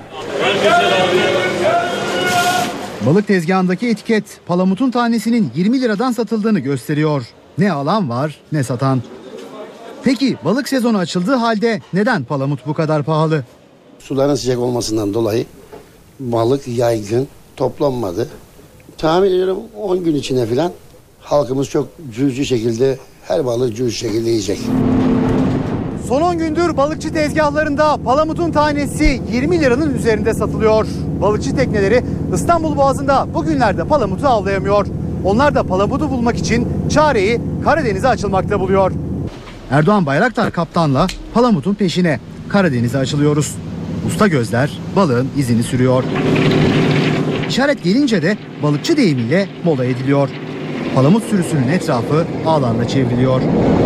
Balık tezgahındaki etiket palamutun tanesinin 20 liradan satıldığını gösteriyor. Ne alan var ne satan. Peki balık sezonu açıldığı halde neden palamut bu kadar pahalı? Suların sıcak olmasından dolayı balık yaygın toplanmadı. Tahmin ediyorum 10 gün içinde falan halkımız çok cüzi şekilde her balığı cüzi şekilde yiyecek. Son 10 gündür balıkçı tezgahlarında palamutun tanesi 20 liranın üzerinde satılıyor. Balıkçı tekneleri İstanbul Boğazı'nda bugünlerde palamutu avlayamıyor. Onlar da palamutu bulmak için çareyi Karadeniz'e açılmakta buluyor. Erdoğan Bayraktar kaptanla palamutun peşine Karadeniz'e açılıyoruz. Usta gözler balığın izini sürüyor. İşaret gelince de balıkçı deyimiyle mola ediliyor. Palamut sürüsünün etrafı ağlarla çevriliyor.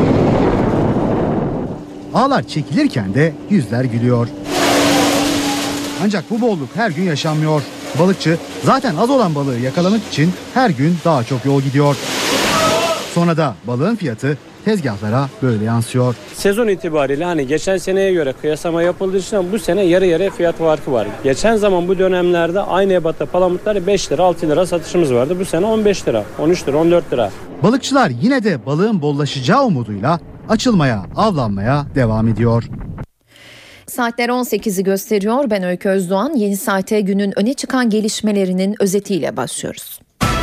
Ağlar çekilirken de yüzler gülüyor. Ancak bu bolluk her gün yaşanmıyor. Balıkçı zaten az olan balığı yakalamak için her gün daha çok yol gidiyor. Sonra da balığın fiyatı tezgahlara böyle yansıyor. Sezon itibariyle hani geçen seneye göre kıyaslama yapıldığı için bu sene yarı yarıya fiyat farkı var. Geçen zaman bu dönemlerde aynı ebatta palamutları 5 lira 6 lira satışımız vardı. Bu sene 15 lira 13 lira 14 lira. Balıkçılar yine de balığın bollaşacağı umuduyla açılmaya, avlanmaya devam ediyor. Saatler 18'i gösteriyor. Ben Öykü Özdoğan. Yeni saate günün öne çıkan gelişmelerinin özetiyle başlıyoruz.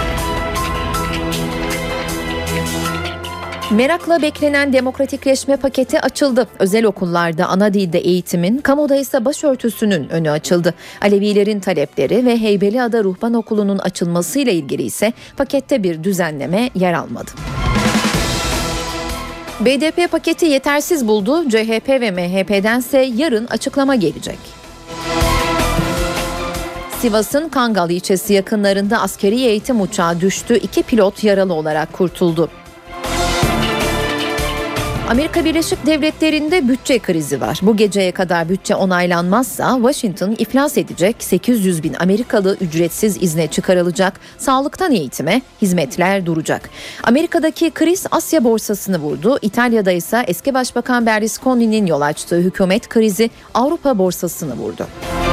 Merakla beklenen demokratikleşme paketi açıldı. Özel okullarda ana dilde eğitimin, kamuda ise başörtüsünün önü açıldı. Alevilerin talepleri ve Heybeliada Ruhban Okulu'nun açılmasıyla ilgili ise pakette bir düzenleme yer almadı. BDP paketi yetersiz buldu. CHP ve MHP'dense yarın açıklama gelecek. Sivas'ın Kangal ilçesi yakınlarında askeri eğitim uçağı düştü. 2 pilot yaralı olarak kurtuldu. Amerika Birleşik Devletleri'nde bütçe krizi var. Bu geceye kadar bütçe onaylanmazsa Washington iflas edecek. 800 bin Amerikalı ücretsiz izne çıkarılacak. Sağlıktan eğitime hizmetler duracak. Amerika'daki kriz Asya borsasını vurdu. İtalya'da ise eski Başbakan Berlusconi'nin yol açtığı hükümet krizi Avrupa borsasını vurdu.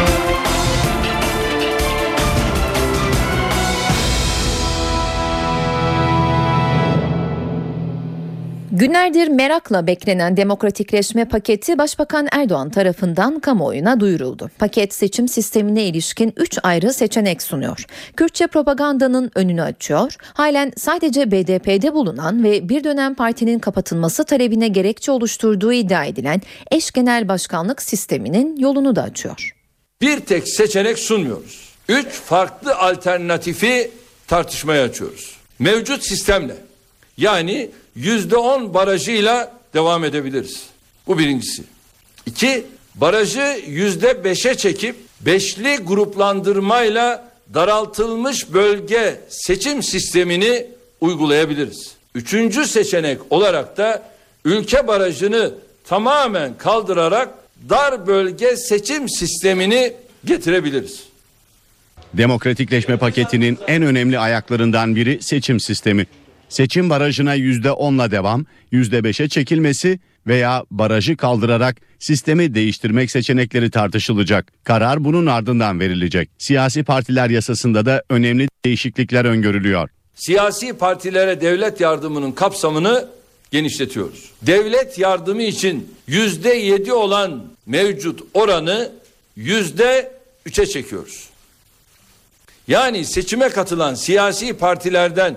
Günlerdir merakla beklenen demokratikleşme paketi Başbakan Erdoğan tarafından kamuoyuna duyuruldu. Paket seçim sistemine ilişkin 3 ayrı seçenek sunuyor. Kürtçe propagandanın önünü açıyor. Halen sadece BDP'de bulunan ve bir dönem partinin kapatılması talebine gerekçe oluşturduğu iddia edilen eş genel başkanlık sisteminin yolunu da açıyor. Bir tek seçenek sunmuyoruz. 3 farklı alternatifi tartışmaya açıyoruz. Mevcut sistemle, yani %10 barajıyla devam edebiliriz. Bu birincisi. 2, barajı %5'e çekip beşli gruplandırmayla daraltılmış bölge seçim sistemini uygulayabiliriz. 3. seçenek olarak da ülke barajını tamamen kaldırarak dar bölge seçim sistemini getirebiliriz. Demokratikleşme paketinin en önemli ayaklarından biri seçim sistemi. Seçim barajına %10'la devam, %5'e çekilmesi veya barajı kaldırarak sistemi değiştirmek seçenekleri tartışılacak. Karar bunun ardından verilecek. Siyasi partiler yasasında da önemli değişiklikler öngörülüyor. siyasi partilere devlet yardımının kapsamını genişletiyoruz. Devlet yardımı için %7 olan mevcut oranı %3'e çekiyoruz. Yani seçime katılan siyasi partilerden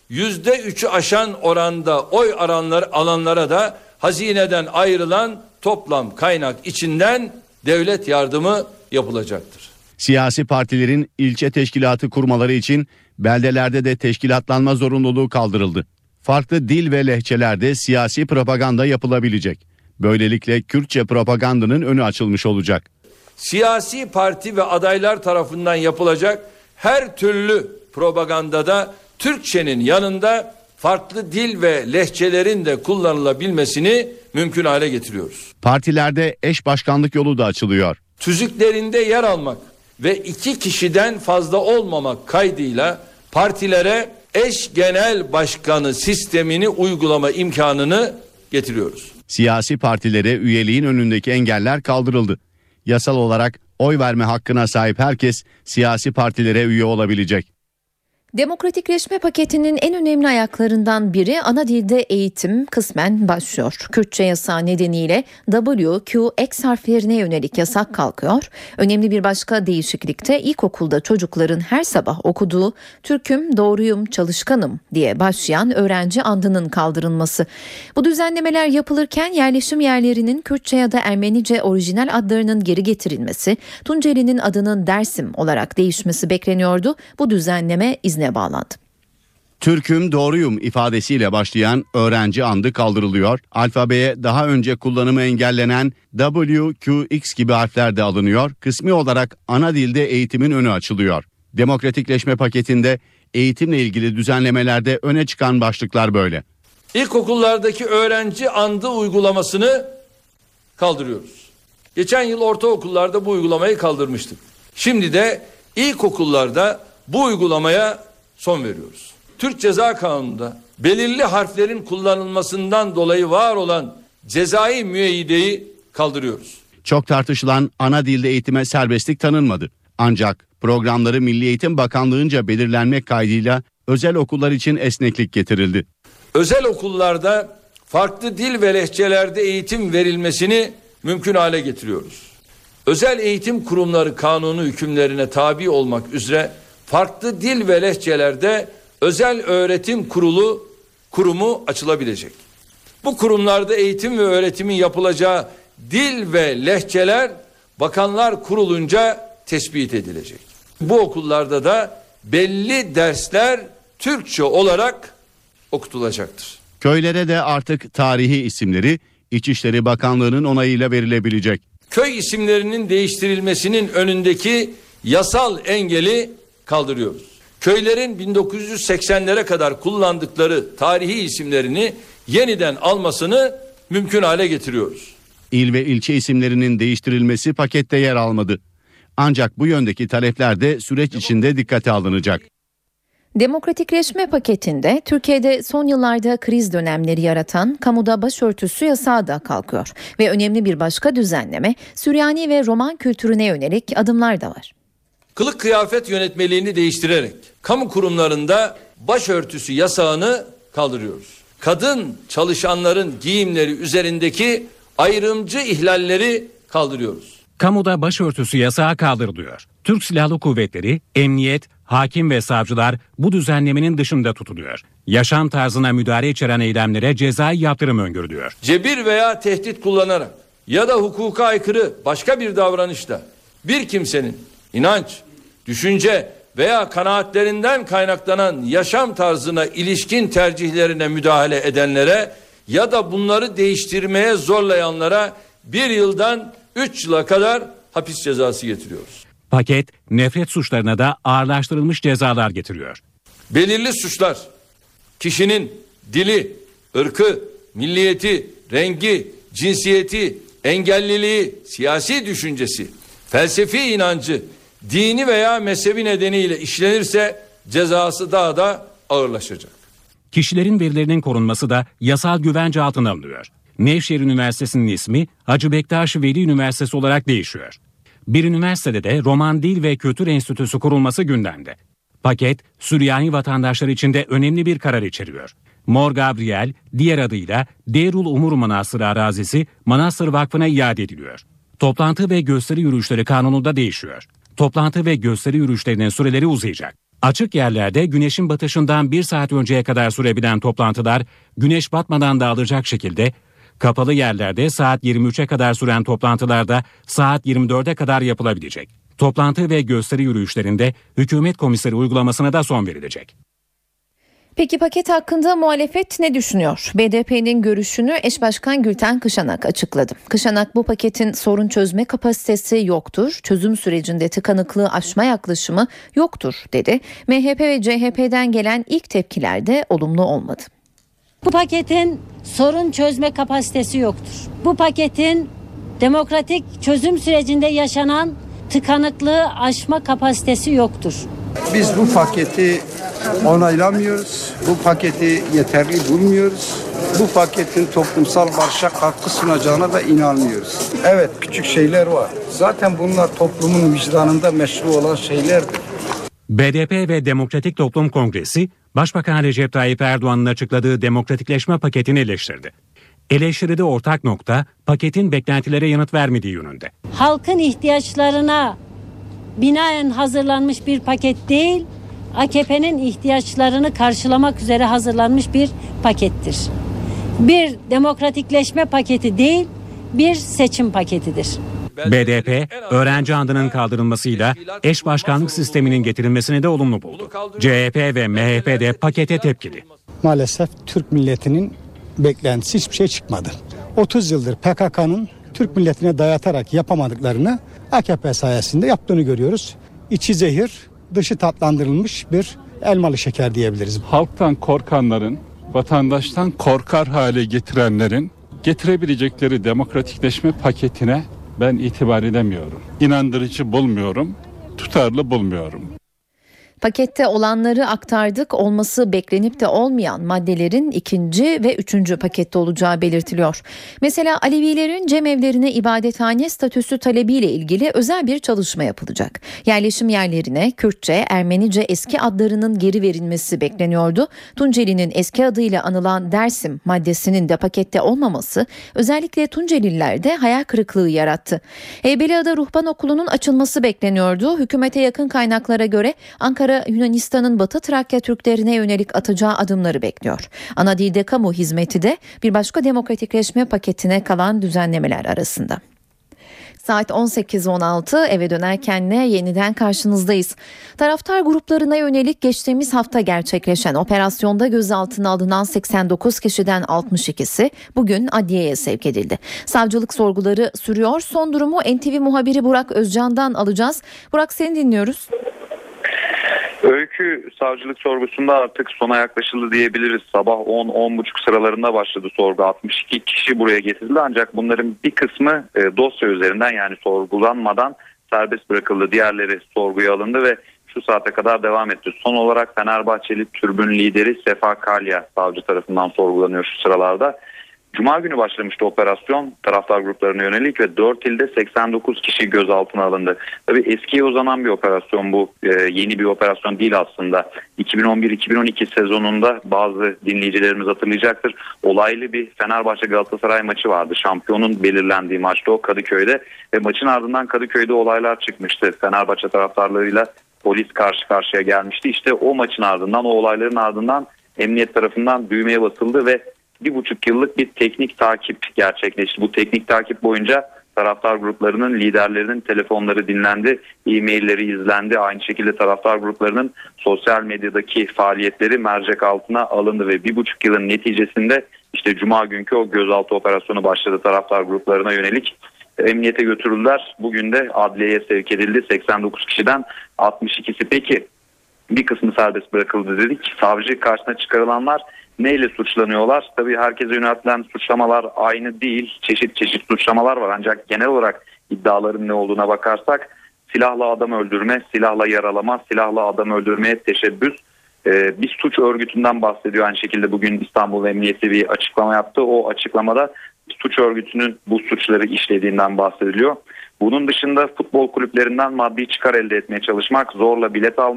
%3'ü aşan oranda oy alanlara da hazineden ayrılan toplam kaynak içinden devlet yardımı yapılacaktır. Siyasi partilerin ilçe teşkilatı kurmaları için beldelerde de teşkilatlanma zorunluluğu kaldırıldı. Farklı dil ve lehçelerde siyasi propaganda yapılabilecek. Böylelikle Kürtçe propagandanın önü açılmış olacak. Siyasi parti ve adaylar tarafından yapılacak her türlü propagandada Türkçenin yanında farklı dil ve lehçelerin de kullanılabilmesini mümkün hale getiriyoruz. Partilerde eş başkanlık yolu da açılıyor. Tüzüklerinde yer almak ve 2 kişiden fazla olmamak kaydıyla partilere eş genel başkanı sistemini uygulama imkanını getiriyoruz. Siyasi partilere üyeliğin önündeki engeller kaldırıldı. Yasal olarak oy verme hakkına sahip herkes siyasi partilere üye olabilecek. Demokratikleşme paketinin en önemli ayaklarından biri ana dilde eğitim kısmen başlıyor. Kürtçe yasağı nedeniyle W, Q, X harflerine yönelik yasak kalkıyor. Önemli bir başka değişiklik de ilkokulda çocukların her sabah okuduğu Türk'üm, doğruyum, çalışkanım diye başlayan öğrenci andının kaldırılması. Bu düzenlemeler yapılırken yerleşim yerlerinin Kürtçe ya da Ermenice orijinal adlarının geri getirilmesi, Tunceli'nin adının Dersim olarak değişmesi bekleniyordu. Bu düzenleme izne bağlandı. Türk'üm doğruyum ifadesiyle başlayan öğrenci andı kaldırılıyor. Alfabeye daha önce kullanımı engellenen W, Q, X gibi harfler de alınıyor. Kısmi olarak ana dilde eğitimin önü açılıyor. Demokratikleşme paketinde eğitimle ilgili düzenlemelerde öne çıkan başlıklar böyle. İlkokullardaki öğrenci andı uygulamasını kaldırıyoruz. Geçen yıl ortaokullarda bu uygulamayı kaldırmıştık. Şimdi de ilkokullarda bu uygulamaya son veriyoruz. Türk Ceza Kanunu'nda belirli harflerin kullanılmasından dolayı var olan cezai müeyyideyi kaldırıyoruz. Çok tartışılan ana dilde eğitime serbestlik tanınmadı. Ancak programları Milli Eğitim Bakanlığı'nca belirlenmek kaydıyla özel okullar için esneklik getirildi. Özel okullarda farklı dil ve lehçelerde eğitim verilmesini mümkün hale getiriyoruz. Özel eğitim kurumları kanunu hükümlerine tabi olmak üzere farklı dil ve lehçelerde özel öğretim kurumu açılabilecek. Bu kurumlarda eğitim ve öğretimin yapılacağı dil ve lehçeler Bakanlar Kurulu'nca tespit edilecek. Bu okullarda da belli dersler Türkçe olarak okutulacaktır. Köylere de artık tarihi isimleri İçişleri Bakanlığı'nın onayıyla verilebilecek. Köy isimlerinin değiştirilmesinin önündeki yasal engeli kaldırıyoruz. Köylerin 1980'lere kadar kullandıkları tarihi isimlerini yeniden almasını mümkün hale getiriyoruz. İl ve ilçe isimlerinin değiştirilmesi pakette yer almadı. Ancak bu yöndeki talepler de süreç içinde dikkate alınacak. Demokratikleşme paketinde Türkiye'de son yıllarda kriz dönemleri yaratan kamuda başörtüsü yasağı da kalkıyor. Ve önemli bir başka düzenleme Süryani ve Roman kültürüne yönelik adımlar da var. Kılık kıyafet yönetmeliğini değiştirerek kamu kurumlarında başörtüsü yasağını kaldırıyoruz. Kadın çalışanların giyimleri üzerindeki ayrımcı ihlalleri kaldırıyoruz. Kamuda başörtüsü yasağı kaldırılıyor. Türk Silahlı Kuvvetleri, emniyet, hakim ve savcılar bu düzenlemenin dışında tutuluyor. Yaşam tarzına müdahale içeren eylemlere cezai yaptırım öngörülüyor. Cebir veya tehdit kullanarak ya da hukuka aykırı başka bir davranışla bir kimsenin inanç, düşünce veya kanaatlerinden kaynaklanan yaşam tarzına ilişkin tercihlerine müdahale edenlere ya da bunları değiştirmeye zorlayanlara 1 yıldan 3 yıla kadar hapis cezası getiriyoruz. Paket nefret suçlarına da ağırlaştırılmış cezalar getiriyor. Belirli suçlar kişinin dili, ırkı, milliyeti, rengi, cinsiyeti, engelliliği, siyasi düşüncesi, felsefi inancı, dini veya mezhebi nedeniyle işlenirse cezası daha da ağırlaşacak. Kişilerin verilerinin korunması da yasal güvence altına alınıyor. Nevşehir Üniversitesi'nin ismi Hacı Bektaş Veli Üniversitesi olarak değişiyor. Bir üniversitede de Roman Dil ve Kültür Enstitüsü kurulması gündemde. Paket, Süryani vatandaşlar için de önemli bir karar içeriyor. Mor Gabriel, diğer adıyla Deirul Umur Manastırı arazisi Manastır Vakfı'na iade ediliyor. Toplantı ve gösteri yürüyüşleri kanununda değişiyor. Toplantı ve gösteri yürüyüşlerinin süreleri uzayacak. Açık yerlerde güneşin batışından 1 saat önceye kadar sürebilen toplantılar güneş batmadan dağılacak şekilde, kapalı yerlerde saat 23'e kadar süren toplantılarda saat 24'e kadar yapılabilecek. Toplantı ve gösteri yürüyüşlerinde hükümet komiseri uygulamasına da son verilecek. Peki paket hakkında muhalefet ne düşünüyor? BDP'nin görüşünü eş başkan Gülten Kışanak açıkladı. Kışanak bu paketin sorun çözme kapasitesi yoktur, çözüm sürecinde tıkanıklığı aşma yaklaşımı yoktur dedi. MHP ve CHP'den gelen ilk tepkiler de olumlu olmadı. Bu paketin sorun çözme kapasitesi yoktur. Bu paketin demokratik çözüm sürecinde yaşanan tıkanıklığı aşma kapasitesi yoktur. Biz bu paketi onaylamıyoruz. Bu paketi yeterli bulmuyoruz. Bu paketin toplumsal barışa katkı sunacağına da inanmıyoruz. Evet, küçük şeyler var. Zaten bunlar toplumun vicdanında meşru olan şeylerdir. BDP ve Demokratik Toplum Kongresi, Başbakan Recep Tayyip Erdoğan'ın açıkladığı demokratikleşme paketini eleştirdi. Eleştiride ortak nokta, paketin beklentilere yanıt vermediği yönünde. Halkın ihtiyaçlarına binaen hazırlanmış bir paket değil, AKP'nin ihtiyaçlarını karşılamak üzere hazırlanmış bir pakettir. Bir demokratikleşme paketi değil, bir seçim paketidir. BDP, öğrenci andının kaldırılmasıyla eş başkanlık sisteminin getirilmesini de olumlu buldu. CHP ve MHP de pakete tepkili. Maalesef Türk milletinin beklentisi hiçbir şey çıkmadı. 30 yıldır PKK'nın Türk milletine dayatarak yapamadıklarını AKP sayesinde yaptığını görüyoruz. İçi zehir, dışı tatlandırılmış bir elmalı şeker diyebiliriz. Halktan korkanların, vatandaştan korkar hale getirenlerin getirebilecekleri demokratikleşme paketine ben itibar edemiyorum. İnandırıcı bulmuyorum, tutarlı bulmuyorum. Pakette olanları aktardık, olması beklenip de olmayan maddelerin 2. ve 3. pakette olacağı belirtiliyor. Mesela Alevilerin cemevlerine ibadethane statüsü talebiyle ilgili özel bir çalışma yapılacak. Yerleşim yerlerine Kürtçe, Ermenice eski adlarının geri verilmesi bekleniyordu. Tunceli'nin eski adıyla anılan Dersim maddesinin de pakette olmaması özellikle Tuncelililerde hayal kırıklığı yarattı. Heybeliada Ruhban Okulu'nun açılması bekleniyordu. Hükümete yakın kaynaklara göre Ankara Yunanistan'ın Batı Trakya Türklerine yönelik atacağı adımları bekliyor. Ana dilde kamu hizmeti de bir başka demokratikleşme paketine kalan düzenlemeler arasında. Saat 18.16 eve dönerken yeniden karşınızdayız. Taraftar gruplarına yönelik geçtiğimiz hafta gerçekleşen operasyonda gözaltına alınan 89 kişiden 62'si bugün adliyeye sevk edildi. Savcılık sorguları sürüyor. Son durumu NTV muhabiri Burak Özcan'dan alacağız. Burak, seni dinliyoruz. Öykü, savcılık sorgusunda artık sona yaklaşıldı diyebiliriz. Sabah 10-10.30 sıralarında başladı sorgu. 62 kişi buraya getirildi ancak bunların bir kısmı dosya üzerinden, yani sorgulanmadan serbest bırakıldı. Diğerleri sorguya alındı ve şu saate kadar devam etti. Son olarak Fenerbahçeli tribün lideri Sefa Kalya savcı tarafından sorgulanıyor şu sıralarda. Cuma günü başlamıştı operasyon taraftar gruplarına yönelik ve 4 ilde 89 kişi gözaltına alındı. Tabii eskiye uzanan bir operasyon bu. Yeni bir operasyon değil aslında. 2011-2012 sezonunda bazı dinleyicilerimiz hatırlayacaktır. Olaylı bir Fenerbahçe Galatasaray maçı vardı. Şampiyonun belirlendiği maçta o Kadıköy'de ve maçın ardından Kadıköy'de olaylar çıkmıştı. Fenerbahçe taraftarlarıyla polis karşı karşıya gelmişti. İşte o maçın ardından, o olayların ardından emniyet tarafından düğmeye basıldı ve 1,5 yıllık bir teknik takip gerçekleşti. Bu teknik takip boyunca taraftar gruplarının liderlerinin telefonları dinlendi, e-mailleri izlendi. Aynı şekilde taraftar gruplarının sosyal medyadaki faaliyetleri mercek altına alındı ve 1,5 yılın neticesinde işte Cuma günkü o gözaltı operasyonu başladı taraftar gruplarına yönelik. Emniyete götürüldüler. Bugün de adliyeye sevk edildi. 89 kişiden 62'si. Peki bir kısmı serbest bırakıldı dedik. Savcı karşısına çıkarılanlar neyle suçlanıyorlar? Tabii herkese yöneltilen suçlamalar aynı değil. Çeşit çeşit suçlamalar var. Ancak genel olarak iddiaların ne olduğuna bakarsak silahla adam öldürme, silahla yaralama, silahla adam öldürmeye teşebbüs, bir suç örgütünden bahsediyor. Aynı şekilde bugün İstanbul Emniyeti bir açıklama yaptı. O açıklamada suç örgütünün bu suçları işlediğinden bahsediliyor. Bunun dışında futbol kulüplerinden maddi çıkar elde etmeye çalışmak, zorla bilet almak,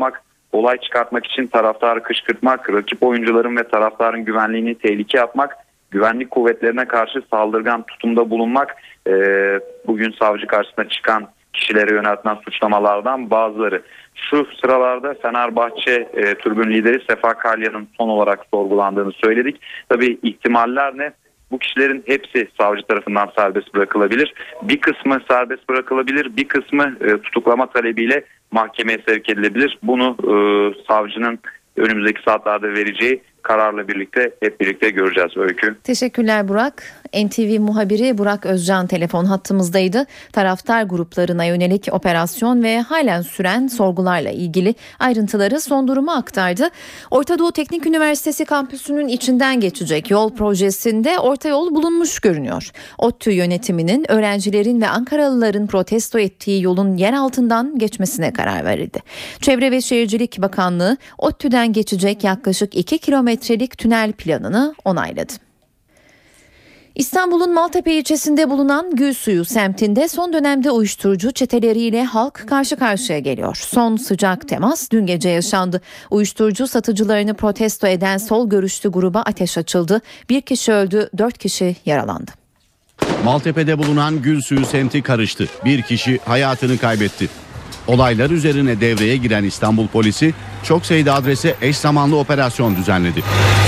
olay çıkartmak için taraftarı kışkırtmak, rakip oyuncuların ve taraftarın güvenliğini tehlikeye atmak, güvenlik kuvvetlerine karşı saldırgan tutumda bulunmak bugün savcı karşısına çıkan kişilere yöneltilen suçlamalardan bazıları. Şu sıralarda Fenerbahçe tribün lideri Sefa Kalya'nın son olarak sorgulandığını söyledik. Tabii ihtimaller ne? Bu kişilerin hepsi savcı tarafından serbest bırakılabilir. Bir kısmı serbest bırakılabilir, bir kısmı tutuklama talebiyle mahkemeye sevk edilebilir. Bunu savcının önümüzdeki saatlerde vereceği kararla birlikte hep birlikte göreceğiz Öykü. Teşekkürler Burak. NTV muhabiri Burak Özcan telefon hattımızdaydı. Taraftar gruplarına yönelik operasyon ve halen süren sorgularla ilgili ayrıntıları, son durumu aktardı. Orta Doğu Teknik Üniversitesi kampüsünün içinden geçecek yol projesinde orta yol bulunmuş görünüyor. ODTÜ yönetiminin öğrencilerin ve Ankaralıların protesto ettiği yolun yer altından geçmesine karar verildi. Çevre ve Şehircilik Bakanlığı ODTÜ'den geçecek yaklaşık 2 kilometrelik tünel planını onayladı. İstanbul'un Maltepe ilçesinde bulunan Gülsuyu semtinde son dönemde uyuşturucu çeteleriyle halk karşı karşıya geliyor. Son sıcak temas dün gece yaşandı. Uyuşturucu satıcılarını protesto eden sol görüşlü gruba ateş açıldı. 1 kişi öldü, 4 kişi yaralandı. Maltepe'de bulunan Gülsuyu semti karıştı. 1 kişi hayatını kaybetti. Olaylar üzerine devreye giren İstanbul polisi çok sayıda adrese eş zamanlı operasyon düzenledi.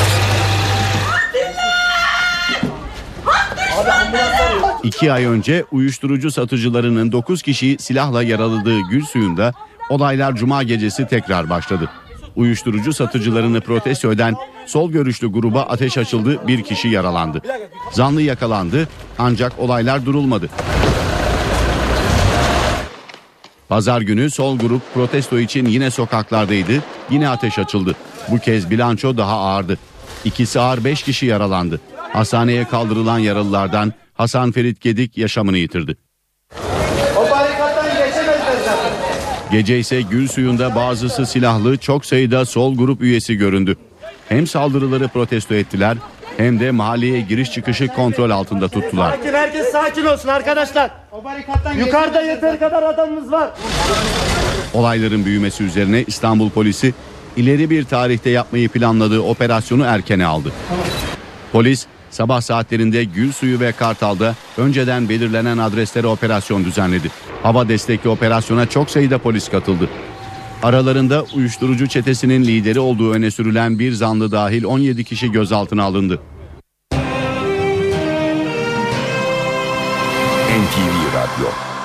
2 ay önce uyuşturucu satıcılarının 9 kişiyi silahla yaraladığı Gülsuyu'nda olaylar cuma gecesi tekrar başladı. Uyuşturucu satıcılarını protesto eden sol görüşlü gruba ateş açıldı, 1 kişi yaralandı. Zanlı yakalandı ancak olaylar durulmadı. Pazar günü sol grup protesto için yine sokaklardaydı, yine ateş açıldı. Bu kez bilanço daha ağırdı. 2'si ağır, 5 kişi yaralandı. Hastaneye kaldırılan yaralılardan Hasan Ferit Gedik yaşamını yitirdi. Gece ise Gülsuyu'nda bazısı silahlı, çok sayıda sol grup üyesi göründü. Hem saldırıları protesto ettiler hem de mahalleye giriş çıkışı kontrol altında tuttular. Herkes sakin olsun arkadaşlar. Yukarıda yeteri kadar adamımız var. Olayların büyümesi üzerine İstanbul polisi ileri bir tarihte yapmayı planladığı operasyonu erkene aldı. Polis sabah saatlerinde Gülsuyu ve Kartal'da önceden belirlenen adreslere operasyon düzenledi. Hava destekli operasyona çok sayıda polis katıldı. Aralarında uyuşturucu çetesinin lideri olduğu öne sürülen bir zanlı dahil 17 kişi gözaltına alındı. NTV Radyo.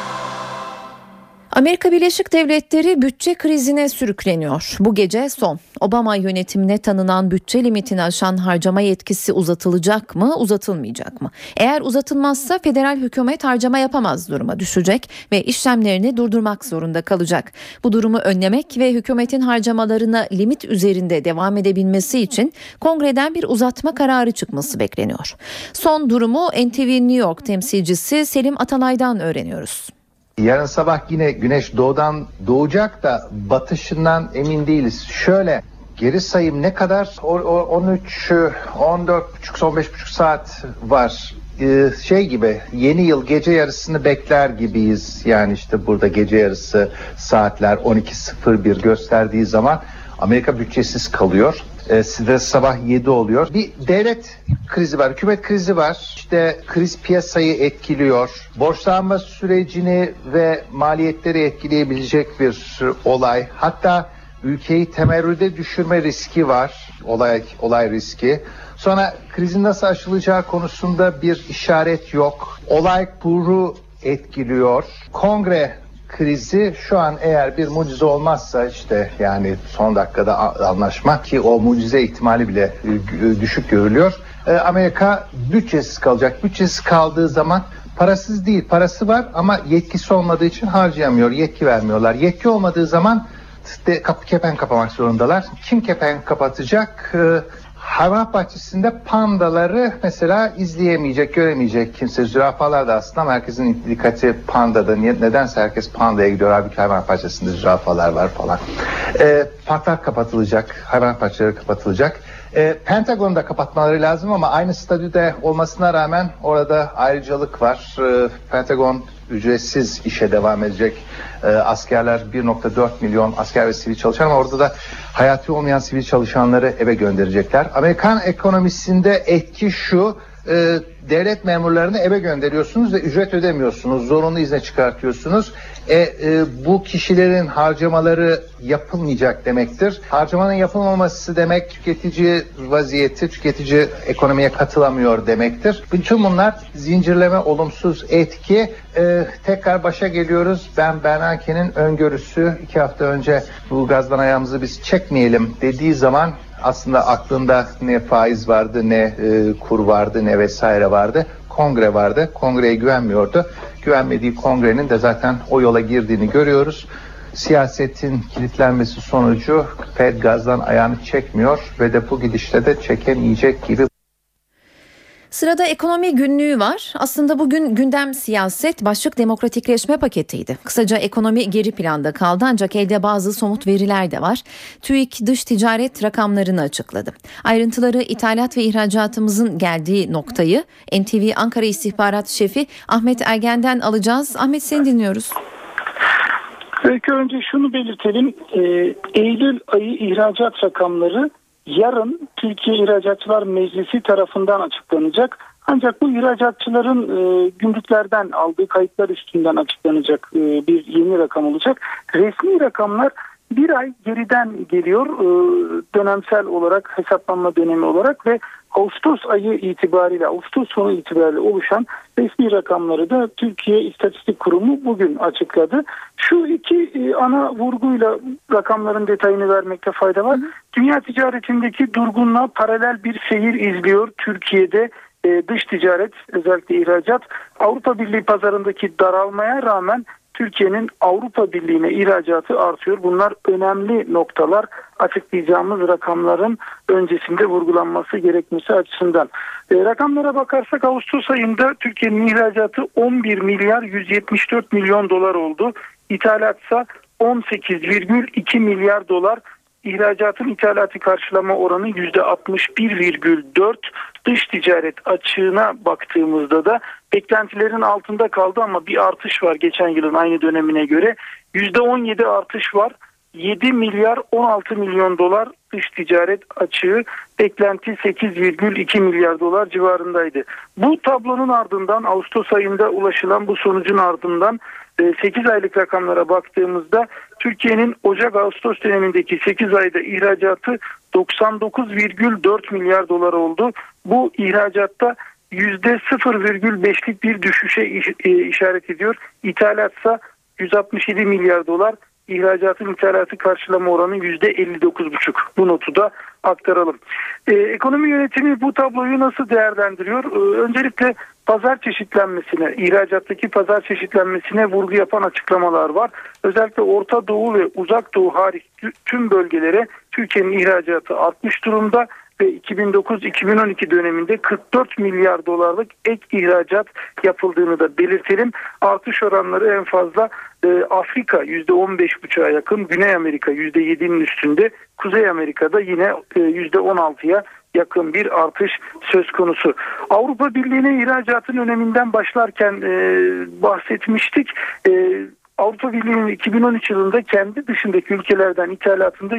Amerika Birleşik Devletleri bütçe krizine sürükleniyor. Bu gece son. Obama yönetimine tanınan bütçe limitini aşan harcama yetkisi uzatılacak mı, uzatılmayacak mı? Eğer uzatılmazsa federal hükümet harcama yapamaz duruma düşecek ve işlemlerini durdurmak zorunda kalacak. Bu durumu önlemek ve hükümetin harcamalarına limit üzerinde devam edebilmesi için kongreden bir uzatma kararı çıkması bekleniyor. Son durumu NTV New York temsilcisi Selim Atalay'dan öğreniyoruz. Yarın sabah yine güneş doğudan doğacak da batışından emin değiliz. Şöyle geri sayım ne kadar? 13, 14,5, 15,5 saat var. Şey gibi yeni yıl gece yarısını bekler gibiyiz. Yani işte burada gece yarısı saatler 12.01 gösterdiği zaman Amerika bütçesiz kalıyor. Sizde sabah 7 oluyor. Bir devlet krizi var, hükümet krizi var. İşte kriz piyasayı etkiliyor. Borçlanma sürecini ve maliyetleri etkileyebilecek bir olay. Hatta ülkeyi temerrüde düşürme riski var. Olay riski. Sonra krizin nasıl aşılacağı konusunda bir işaret yok. Olay kuru etkiliyor. Kongre krizi şu an eğer bir mucize olmazsa işte yani son dakikada anlaşma ki o mucize ihtimali bile düşük görülüyor. Amerika bütçesiz kalacak. Bütçesiz kaldığı zaman parasız değil, parası var ama yetkisi olmadığı için harcayamıyor. Yetki vermiyorlar. Yetki olmadığı zaman kepenk kapamak zorundalar. Kim kepenk kapatacak? Hayvanat bahçesinde pandaları mesela izleyemeyecek, göremeyecek kimse. Zürafalar da aslında herkesin dikkati pandada. Nedense herkes pandaya gidiyor. Halbuki hayvanat bahçesinde zürafalar var falan. Parklar kapatılacak, hayvanat bahçeleri kapatılacak. Pentagon'u da kapatmaları lazım ama aynı statüde olmasına rağmen orada ayrıcalık var. Pentagon ücretsiz işe devam edecek. Askerler 1.4 milyon asker ve sivil çalışan ama orada da hayati olmayan sivil çalışanları eve gönderecekler. Amerikan ekonomisinde etki şu: devlet memurlarını eve gönderiyorsunuz ve ücret ödemiyorsunuz. Zorunlu izne çıkartıyorsunuz. Bu kişilerin harcamaları yapılmayacak demektir. Harcamanın yapılmaması demek tüketici vaziyeti, tüketici ekonomiye katılamıyor demektir. Bütün bunlar zincirleme olumsuz etki. Tekrar başa geliyoruz. Ben Bernanke'nin öngörüsü 2 hafta önce bu gazdan ayağımızı biz çekmeyelim dediği zaman aslında aklında ne faiz vardı, ne kur vardı, ne vesaire vardı. Kongre vardı. Kongreye güvenmiyordu. Güvenmediği kongrenin de zaten o yola girdiğini görüyoruz. Siyasetin kilitlenmesi sonucu Fed gazdan ayağını çekmiyor ve de bu gidişle de çekemeyecek gibi. Sırada ekonomi günlüğü var. Aslında bugün gündem siyaset, başlık demokratikleşme paketiydi. Kısaca ekonomi geri planda kaldı ancak elde bazı somut veriler de var. TÜİK dış ticaret rakamlarını açıkladı. Ayrıntıları ithalat ve ihracatımızın geldiği noktayı NTV Ankara İstihbarat Şefi Ahmet Ergen'den alacağız. Ahmet, seni dinliyoruz. Belki önce şunu belirtelim. Eylül ayı ihracat rakamları yarın Türkiye İhracatçılar Meclisi tarafından açıklanacak. Ancak bu ihracatçıların gümrüklerden aldığı kayıtlar üstünden açıklanacak bir yeni rakam olacak. Resmi rakamlar bir ay geriden geliyor dönemsel olarak, hesaplanma dönemi olarak ve Ağustos ayı itibariyle, Ağustos sonu itibariyle oluşan resmi rakamları da Türkiye İstatistik Kurumu bugün açıkladı. Şu iki ana vurguyla rakamların detayını vermekte fayda var. Dünya ticaretindeki durgunluğa paralel bir seyir izliyor Türkiye'de dış ticaret, özellikle ihracat. Avrupa Birliği pazarındaki daralmaya rağmen Türkiye'nin Avrupa Birliği'ne ihracatı artıyor. Bunlar önemli noktalar, açıklayacağımız rakamların öncesinde vurgulanması gerekmesi açısından. Rakamlara bakarsak Ağustos ayında Türkiye'nin ihracatı 11 milyar 174 milyon dolar oldu. İthalatsa 18,2 milyar dolar. İhracatın ithalatı karşılama oranı %61,4. Dış ticaret açığına baktığımızda da beklentilerin altında kaldı ama bir artış var geçen yılın aynı dönemine göre. %17 artış var. 7 milyar 16 milyon dolar dış ticaret açığı, beklenti 8,2 milyar dolar civarındaydı. Bu tablonun ardından Ağustos ayında ulaşılan bu sonucun ardından 8 aylık rakamlara baktığımızda Türkiye'nin Ocak-Ağustos dönemindeki 8 ayda ihracatı 99,4 milyar dolar oldu. Bu ihracatta %0,5'lik bir düşüşe işaret ediyor. İthalatsa 167 milyar dolar. İhracatın ithalatı karşılama oranı %59,5. Bu notu da aktaralım. Ekonomi yönetimi bu tabloyu nasıl değerlendiriyor? Öncelikle pazar çeşitlenmesine, ihracattaki pazar çeşitlenmesine vurgu yapan açıklamalar var. Özellikle Orta Doğu ve Uzak Doğu hariç tüm bölgelere Türkiye'nin ihracatı artmış durumda ve 2009-2012 döneminde 44 milyar dolarlık ek ihracat yapıldığını da belirtelim. Artış oranları en fazla Afrika %15,5'a yakın, Güney Amerika %7'nin üstünde, Kuzey Amerika'da yine %16'ya yakın bir artış söz konusu. Avrupa Birliği'ne ihracatın öneminden başlarken bahsetmiştik. Avrupa Birliği'nin 2013 yılında kendi dışındaki ülkelerden ithalatında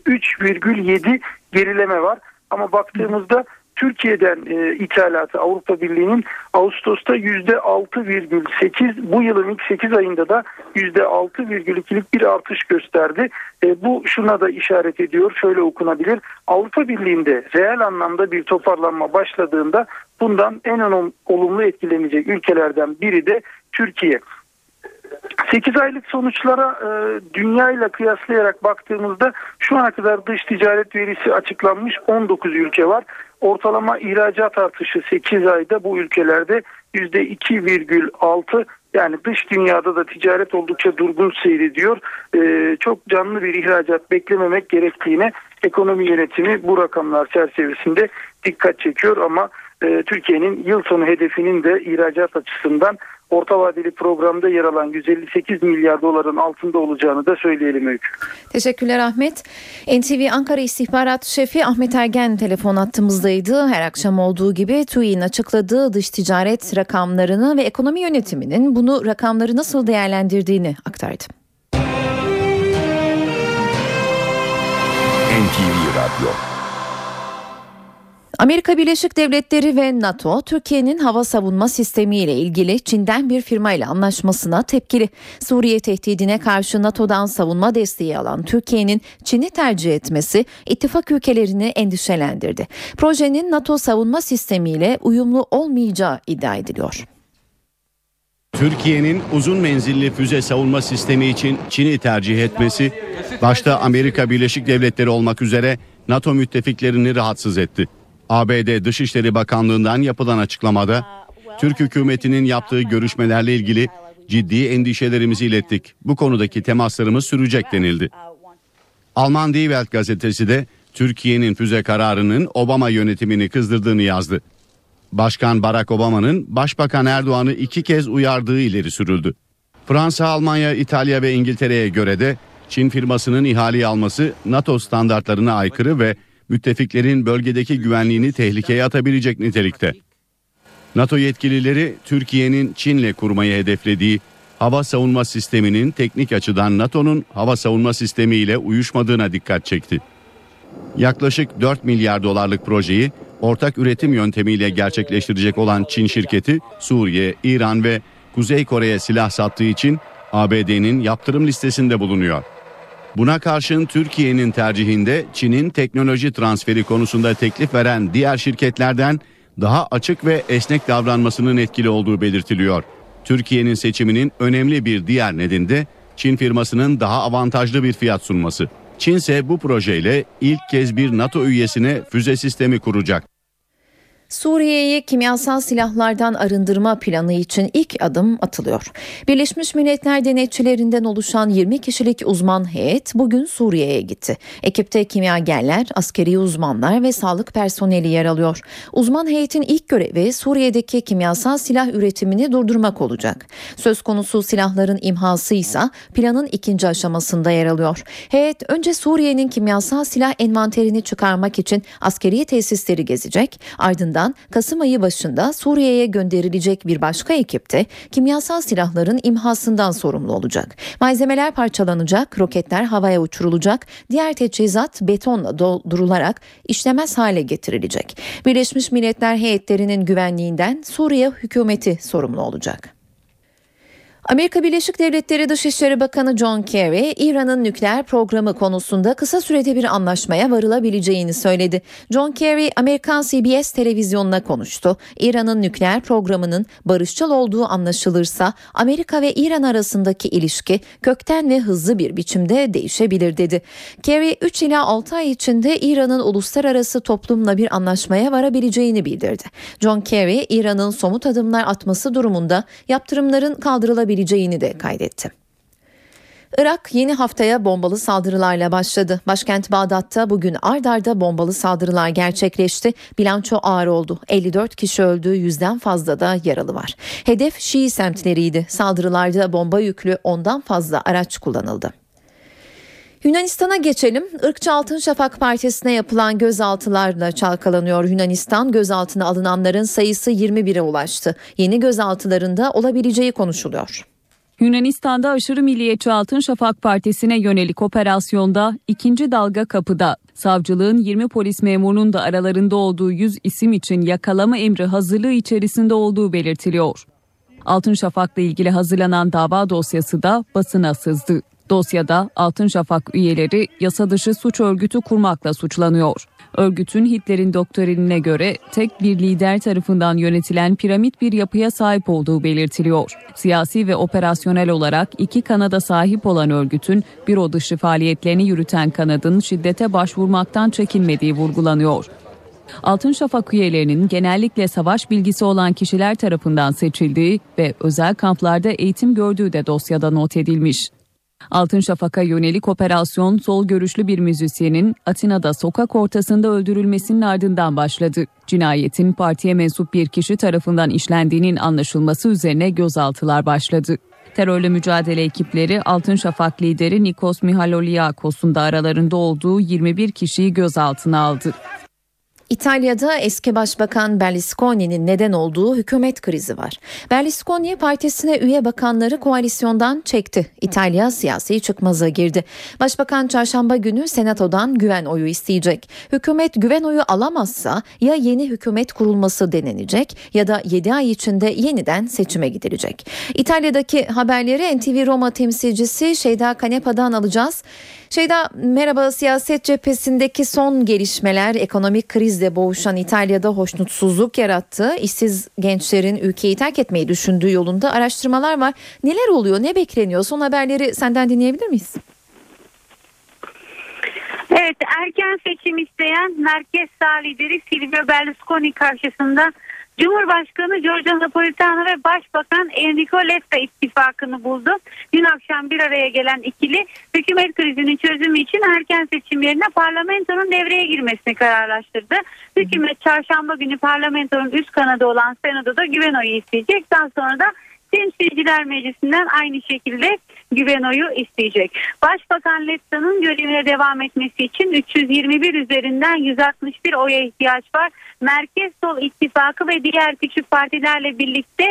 %3,7 gerileme var. Ama baktığımızda Türkiye'den ithalatı Avrupa Birliği'nin Ağustos'ta %6,8, bu yılın ilk 8 ayında da %6,2'lik bir artış gösterdi. Bu şuna da işaret ediyor, şöyle okunabilir. Avrupa Birliği'nde reel anlamda bir toparlanma başladığında bundan en olumlu etkilenecek ülkelerden biri de Türkiye. 8 aylık sonuçlara dünya ile kıyaslayarak baktığımızda şu ana kadar dış ticaret verisi açıklanmış 19 ülke var. Ortalama ihracat artışı 8 ayda bu ülkelerde %2,6, yani dış dünyada da ticaret oldukça durgun seyrediyor. Çok canlı bir ihracat beklememek gerektiğine ekonomi yönetimi bu rakamlar çerçevesinde dikkat çekiyor ama Türkiye'nin yıl sonu hedefinin de ihracat açısından orta vadeli programda yer alan 158 milyar doların altında olacağını da söyleyelim Öykü. Teşekkürler Ahmet. NTV Ankara İstihbarat Şefi Ahmet Ergen telefon hattımızdaydı. Her akşam olduğu gibi TÜİ'nin açıkladığı dış ticaret rakamlarını ve ekonomi yönetiminin bunu rakamları nasıl değerlendirdiğini aktardı. NTV Radyo. Amerika Birleşik Devletleri ve NATO, Türkiye'nin hava savunma sistemiyle ilgili Çin'den bir firmayla anlaşmasına tepkili. Suriye tehdidine karşı NATO'dan savunma desteği alan Türkiye'nin Çin'i tercih etmesi ittifak ülkelerini endişelendirdi. Projenin NATO savunma sistemiyle uyumlu olmayacağı iddia ediliyor. Türkiye'nin uzun menzilli füze savunma sistemi için Çin'i tercih etmesi, başta Amerika Birleşik Devletleri olmak üzere NATO müttefiklerini rahatsız etti. ABD Dışişleri Bakanlığı'ndan yapılan açıklamada, Türk hükümetinin yaptığı görüşmelerle ilgili ciddi endişelerimizi ilettik. Bu konudaki temaslarımız sürecek denildi. Alman Die Welt gazetesi de Türkiye'nin füze kararının Obama yönetimini kızdırdığını yazdı. Başkan Barack Obama'nın Başbakan Erdoğan'ı 2 kez uyardığı ileri sürüldü. Fransa, Almanya, İtalya ve İngiltere'ye göre de Çin firmasının ihaleyi alması NATO standartlarına aykırı ve müttefiklerin bölgedeki güvenliğini tehlikeye atabilecek nitelikte. NATO yetkilileri Türkiye'nin Çin'le kurmayı hedeflediği hava savunma sisteminin teknik açıdan NATO'nun hava savunma sistemiyle uyuşmadığına dikkat çekti. Yaklaşık 4 milyar dolarlık projeyi ortak üretim yöntemiyle gerçekleştirecek olan Çin şirketi Suriye, İran ve Kuzey Kore'ye silah sattığı için ABD'nin yaptırım listesinde bulunuyor. Buna karşın Türkiye'nin tercihinde Çin'in teknoloji transferi konusunda teklif veren diğer şirketlerden daha açık ve esnek davranmasının etkili olduğu belirtiliyor. Türkiye'nin seçiminin önemli bir diğer nedeni de Çin firmasının daha avantajlı bir fiyat sunması. Çin ise bu projeyle ilk kez bir NATO üyesine füze sistemi kuracak. Suriye'yi kimyasal silahlardan arındırma planı için ilk adım atılıyor. Birleşmiş Milletler denetçilerinden oluşan 20 kişilik uzman heyet bugün Suriye'ye gitti. Ekipte kimyagerler, askeri uzmanlar ve sağlık personeli yer alıyor. Uzman heyetin ilk görevi Suriye'deki kimyasal silah üretimini durdurmak olacak. Söz konusu silahların imhası ise planın ikinci aşamasında yer alıyor. Heyet önce Suriye'nin kimyasal silah envanterini çıkarmak için askeri tesisleri gezecek, ardından Kasım ayı başında Suriye'ye gönderilecek bir başka ekip de kimyasal silahların imhasından sorumlu olacak. Malzemeler parçalanacak, roketler havaya uçurulacak, diğer teçhizat betonla doldurularak işlemez hale getirilecek. Birleşmiş Milletler heyetlerinin güvenliğinden Suriye hükümeti sorumlu olacak. Amerika Birleşik Devletleri Dışişleri Bakanı John Kerry, İran'ın nükleer programı konusunda kısa sürede bir anlaşmaya varılabileceğini söyledi. John Kerry, Amerikan CBS televizyonuna konuştu. İran'ın nükleer programının barışçıl olduğu anlaşılırsa Amerika ve İran arasındaki ilişki kökten ve hızlı bir biçimde değişebilir dedi. Kerry, 3 ila 6 ay içinde İran'ın uluslararası toplumla bir anlaşmaya varabileceğini bildirdi. John Kerry, İran'ın somut adımlar atması durumunda yaptırımların kaldırılabileceğini de kaydetti. Irak yeni haftaya bombalı saldırılarla başladı. Başkent Bağdat'ta bugün ard arda bombalı saldırılar gerçekleşti. Bilanço ağır oldu. 54 kişi öldü, 100'den fazla da yaralı var. Hedef Şii semtleriydi. Saldırılarda bomba yüklü 10'dan fazla araç kullanıldı. Yunanistan'a geçelim. Irkçı Altın Şafak Partisi'ne yapılan gözaltılarla çalkalanıyor Yunanistan. Gözaltına alınanların sayısı 21'e ulaştı. Yeni gözaltılarında olabileceği konuşuluyor. Yunanistan'da aşırı milliyetçi Altın Şafak Partisi'ne yönelik operasyonda ikinci dalga kapıda. Savcılığın 20 polis memurunun da aralarında olduğu 100 isim için yakalama emri hazırlığı içerisinde olduğu belirtiliyor. Altın Şafak'la ilgili hazırlanan dava dosyası da basına sızdı. Dosyada Altın Şafak üyeleri yasa dışı suç örgütü kurmakla suçlanıyor. Örgütün Hitler'in doktrinine göre tek bir lider tarafından yönetilen piramit bir yapıya sahip olduğu belirtiliyor. Siyasi ve operasyonel olarak 2 kanada sahip olan örgütün büro dışı faaliyetlerini yürüten kanadın şiddete başvurmaktan çekinmediği vurgulanıyor. Altın Şafak üyelerinin genellikle savaş bilgisi olan kişiler tarafından seçildiği ve özel kamplarda eğitim gördüğü de dosyada not edilmiş. Altın Şafak'a yönelik operasyon sol görüşlü bir müzisyenin Atina'da sokak ortasında öldürülmesinin ardından başladı. Cinayetin partiye mensup bir kişi tarafından işlendiğinin anlaşılması üzerine gözaltılar başladı. Terörle mücadele ekipleri Altın Şafak lideri Nikos Mihaloliakos'un da aralarında olduğu 21 kişiyi gözaltına aldı. İtalya'da eski başbakan Berlusconi'nin neden olduğu hükümet krizi var. Berlusconi partisine üye bakanları koalisyondan çekti. İtalya siyasi çıkmaza girdi. Başbakan çarşamba günü senatodan güven oyu isteyecek. Hükümet güven oyu alamazsa ya yeni hükümet kurulması denenecek ya da 7 ay içinde yeniden seçime gidilecek. İtalya'daki haberleri NTV Roma temsilcisi Şeyda Kanepa'dan alacağız. Şeyda merhaba, siyaset cephesindeki son gelişmeler ekonomik krizle boğuşan İtalya'da hoşnutsuzluk yarattı. İşsiz gençlerin ülkeyi terk etmeyi düşündüğü yolunda araştırmalar var. Neler oluyor, ne bekleniyor? Son haberleri senden dinleyebilir miyiz? Evet, erken seçim isteyen merkez sağ lideri Silvio Berlusconi karşısında Cumhurbaşkanı Giorgio Napolitano ve Başbakan Enrico Letta ittifakını buldu. Dün akşam bir araya gelen ikili hükümet krizinin çözümü için erken seçim yerine parlamentonun devreye girmesini kararlaştırdı. Hükümet çarşamba günü parlamentonun üst kanadı olan Senato'da güven oyu isteyecek. Daha sonra da Temsilciler Meclisi'nden aynı şekilde güven oyu isteyecek. Başbakan Letta'nın görevine devam etmesi için 321 üzerinden 161 oya ihtiyaç var. Merkez Sol İttifakı ve diğer küçük partilerle birlikte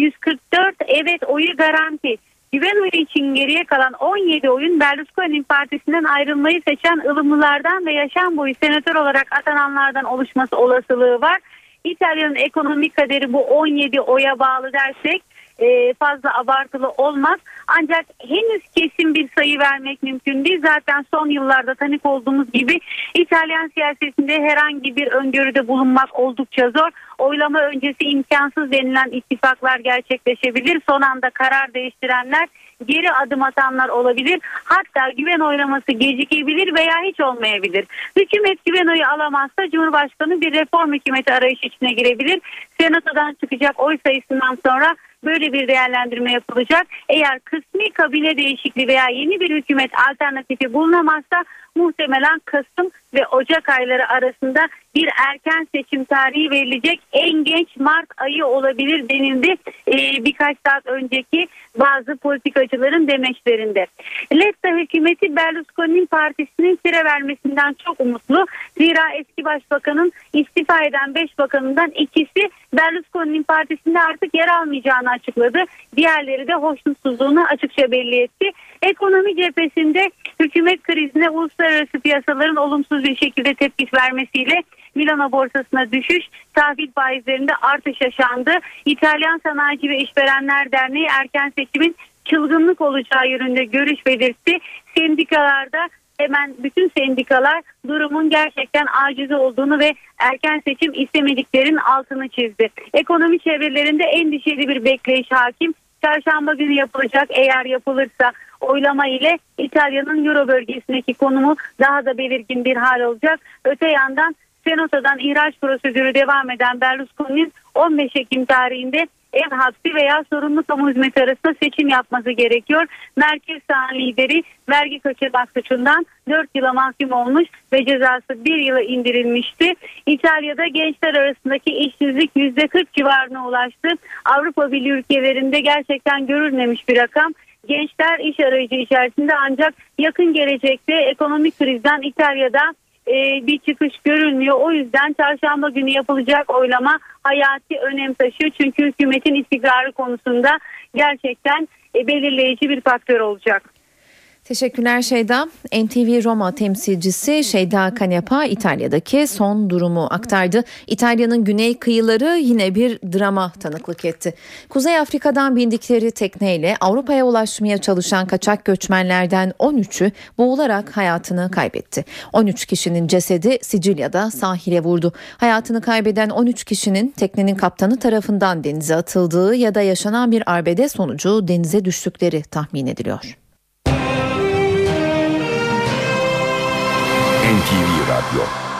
144 evet oyu garanti. Güven oyu için geriye kalan 17 oyun Berlusconi'nin partisinden ayrılmayı seçen ılımlılardan ve yaşam boyu senatör olarak atananlardan oluşması olasılığı var. İtalya'nın ekonomik kaderi bu 17 oya bağlı dersek fazla abartılı olmaz. Ancak henüz kesin bir sayı vermek mümkün değil. Zaten son yıllarda tanık olduğumuz gibi İtalyan siyasetinde herhangi bir öngörüde bulunmak oldukça zor. Oylama öncesi imkansız denilen ittifaklar gerçekleşebilir. Son anda karar değiştirenler, geri adım atanlar olabilir. Hatta güven oylaması gecikebilir veya hiç olmayabilir. Hükümet güven oyu alamazsa Cumhurbaşkanı bir reform hükümeti arayışı içine girebilir. Senatodan çıkacak oy sayısından sonra böyle bir değerlendirme yapılacak. Eğer kısmi kabine değişikliği veya yeni bir hükümet alternatifi bulunamazsa muhtemelen Kasım ve Ocak ayları arasında bir erken seçim tarihi verilecek. En geç Mart ayı olabilir denildi birkaç saat önceki bazı politikacıların demeçlerinde. Letta hükümeti Berlusconi'nin partisinin süre vermesinden çok umutlu. Zira eski başbakanın istifa eden 5 bakanından ikisi Berlusconi'nin partisinde artık yer almayacağını açıkladı. Diğerleri de hoşnutsuzluğunu açıkça belli etti. Ekonomi cephesinde hükümet krizine uluslararası piyasaların olumsuz bir şekilde tepki vermesiyle Milano borsasına düşüş, tahvil faizlerinde artış yaşandı. İtalyan Sanayici ve İşverenler Derneği erken seçimin çılgınlık olacağı yönünde görüş belirtti. Sendikalarda hemen bütün sendikalar durumun gerçekten aciz olduğunu ve erken seçim istemediklerinin altını çizdi. Ekonomi çevrelerinde endişeli bir bekleyiş hakim. Çarşamba günü yapılacak, eğer yapılırsa oylama ile İtalya'nın Euro bölgesindeki konumu daha da belirgin bir hal olacak. Öte yandan Senato'dan ihraç prosedürü devam eden Berlusconi'nin 15 Ekim tarihinde ev hapsi veya sorumlu kamu hizmeti arasında seçim yapması gerekiyor. Merkez sağ lideri vergi kaçırmak suçundan 4 yıla mahkum olmuş ve cezası 1 yıla indirilmişti. İtalya'da gençler arasındaki işsizlik %40 civarına ulaştı. Avrupa Birliği ülkelerinde gerçekten görülmemiş bir rakam. Gençler iş arayıcı içerisinde, ancak yakın gelecekte ekonomik krizden İtalya'da bir çıkış görülmüyor. O yüzden çarşamba günü yapılacak oylama hayati önem taşıyor. Çünkü hükümetin istikrarı konusunda gerçekten belirleyici bir faktör olacak. Teşekkürler Şeyda. NTV Roma temsilcisi Şeyda Kanepa İtalya'daki son durumu aktardı. İtalya'nın güney kıyıları yine bir drama tanıklık etti. Kuzey Afrika'dan bindikleri tekneyle Avrupa'ya ulaşmaya çalışan kaçak göçmenlerden 13'ü boğularak hayatını kaybetti. 13 kişinin cesedi Sicilya'da sahile vurdu. Hayatını kaybeden 13 kişinin teknenin kaptanı tarafından denize atıldığı ya da yaşanan bir arbede sonucu denize düştükleri tahmin ediliyor. NTV Radyo.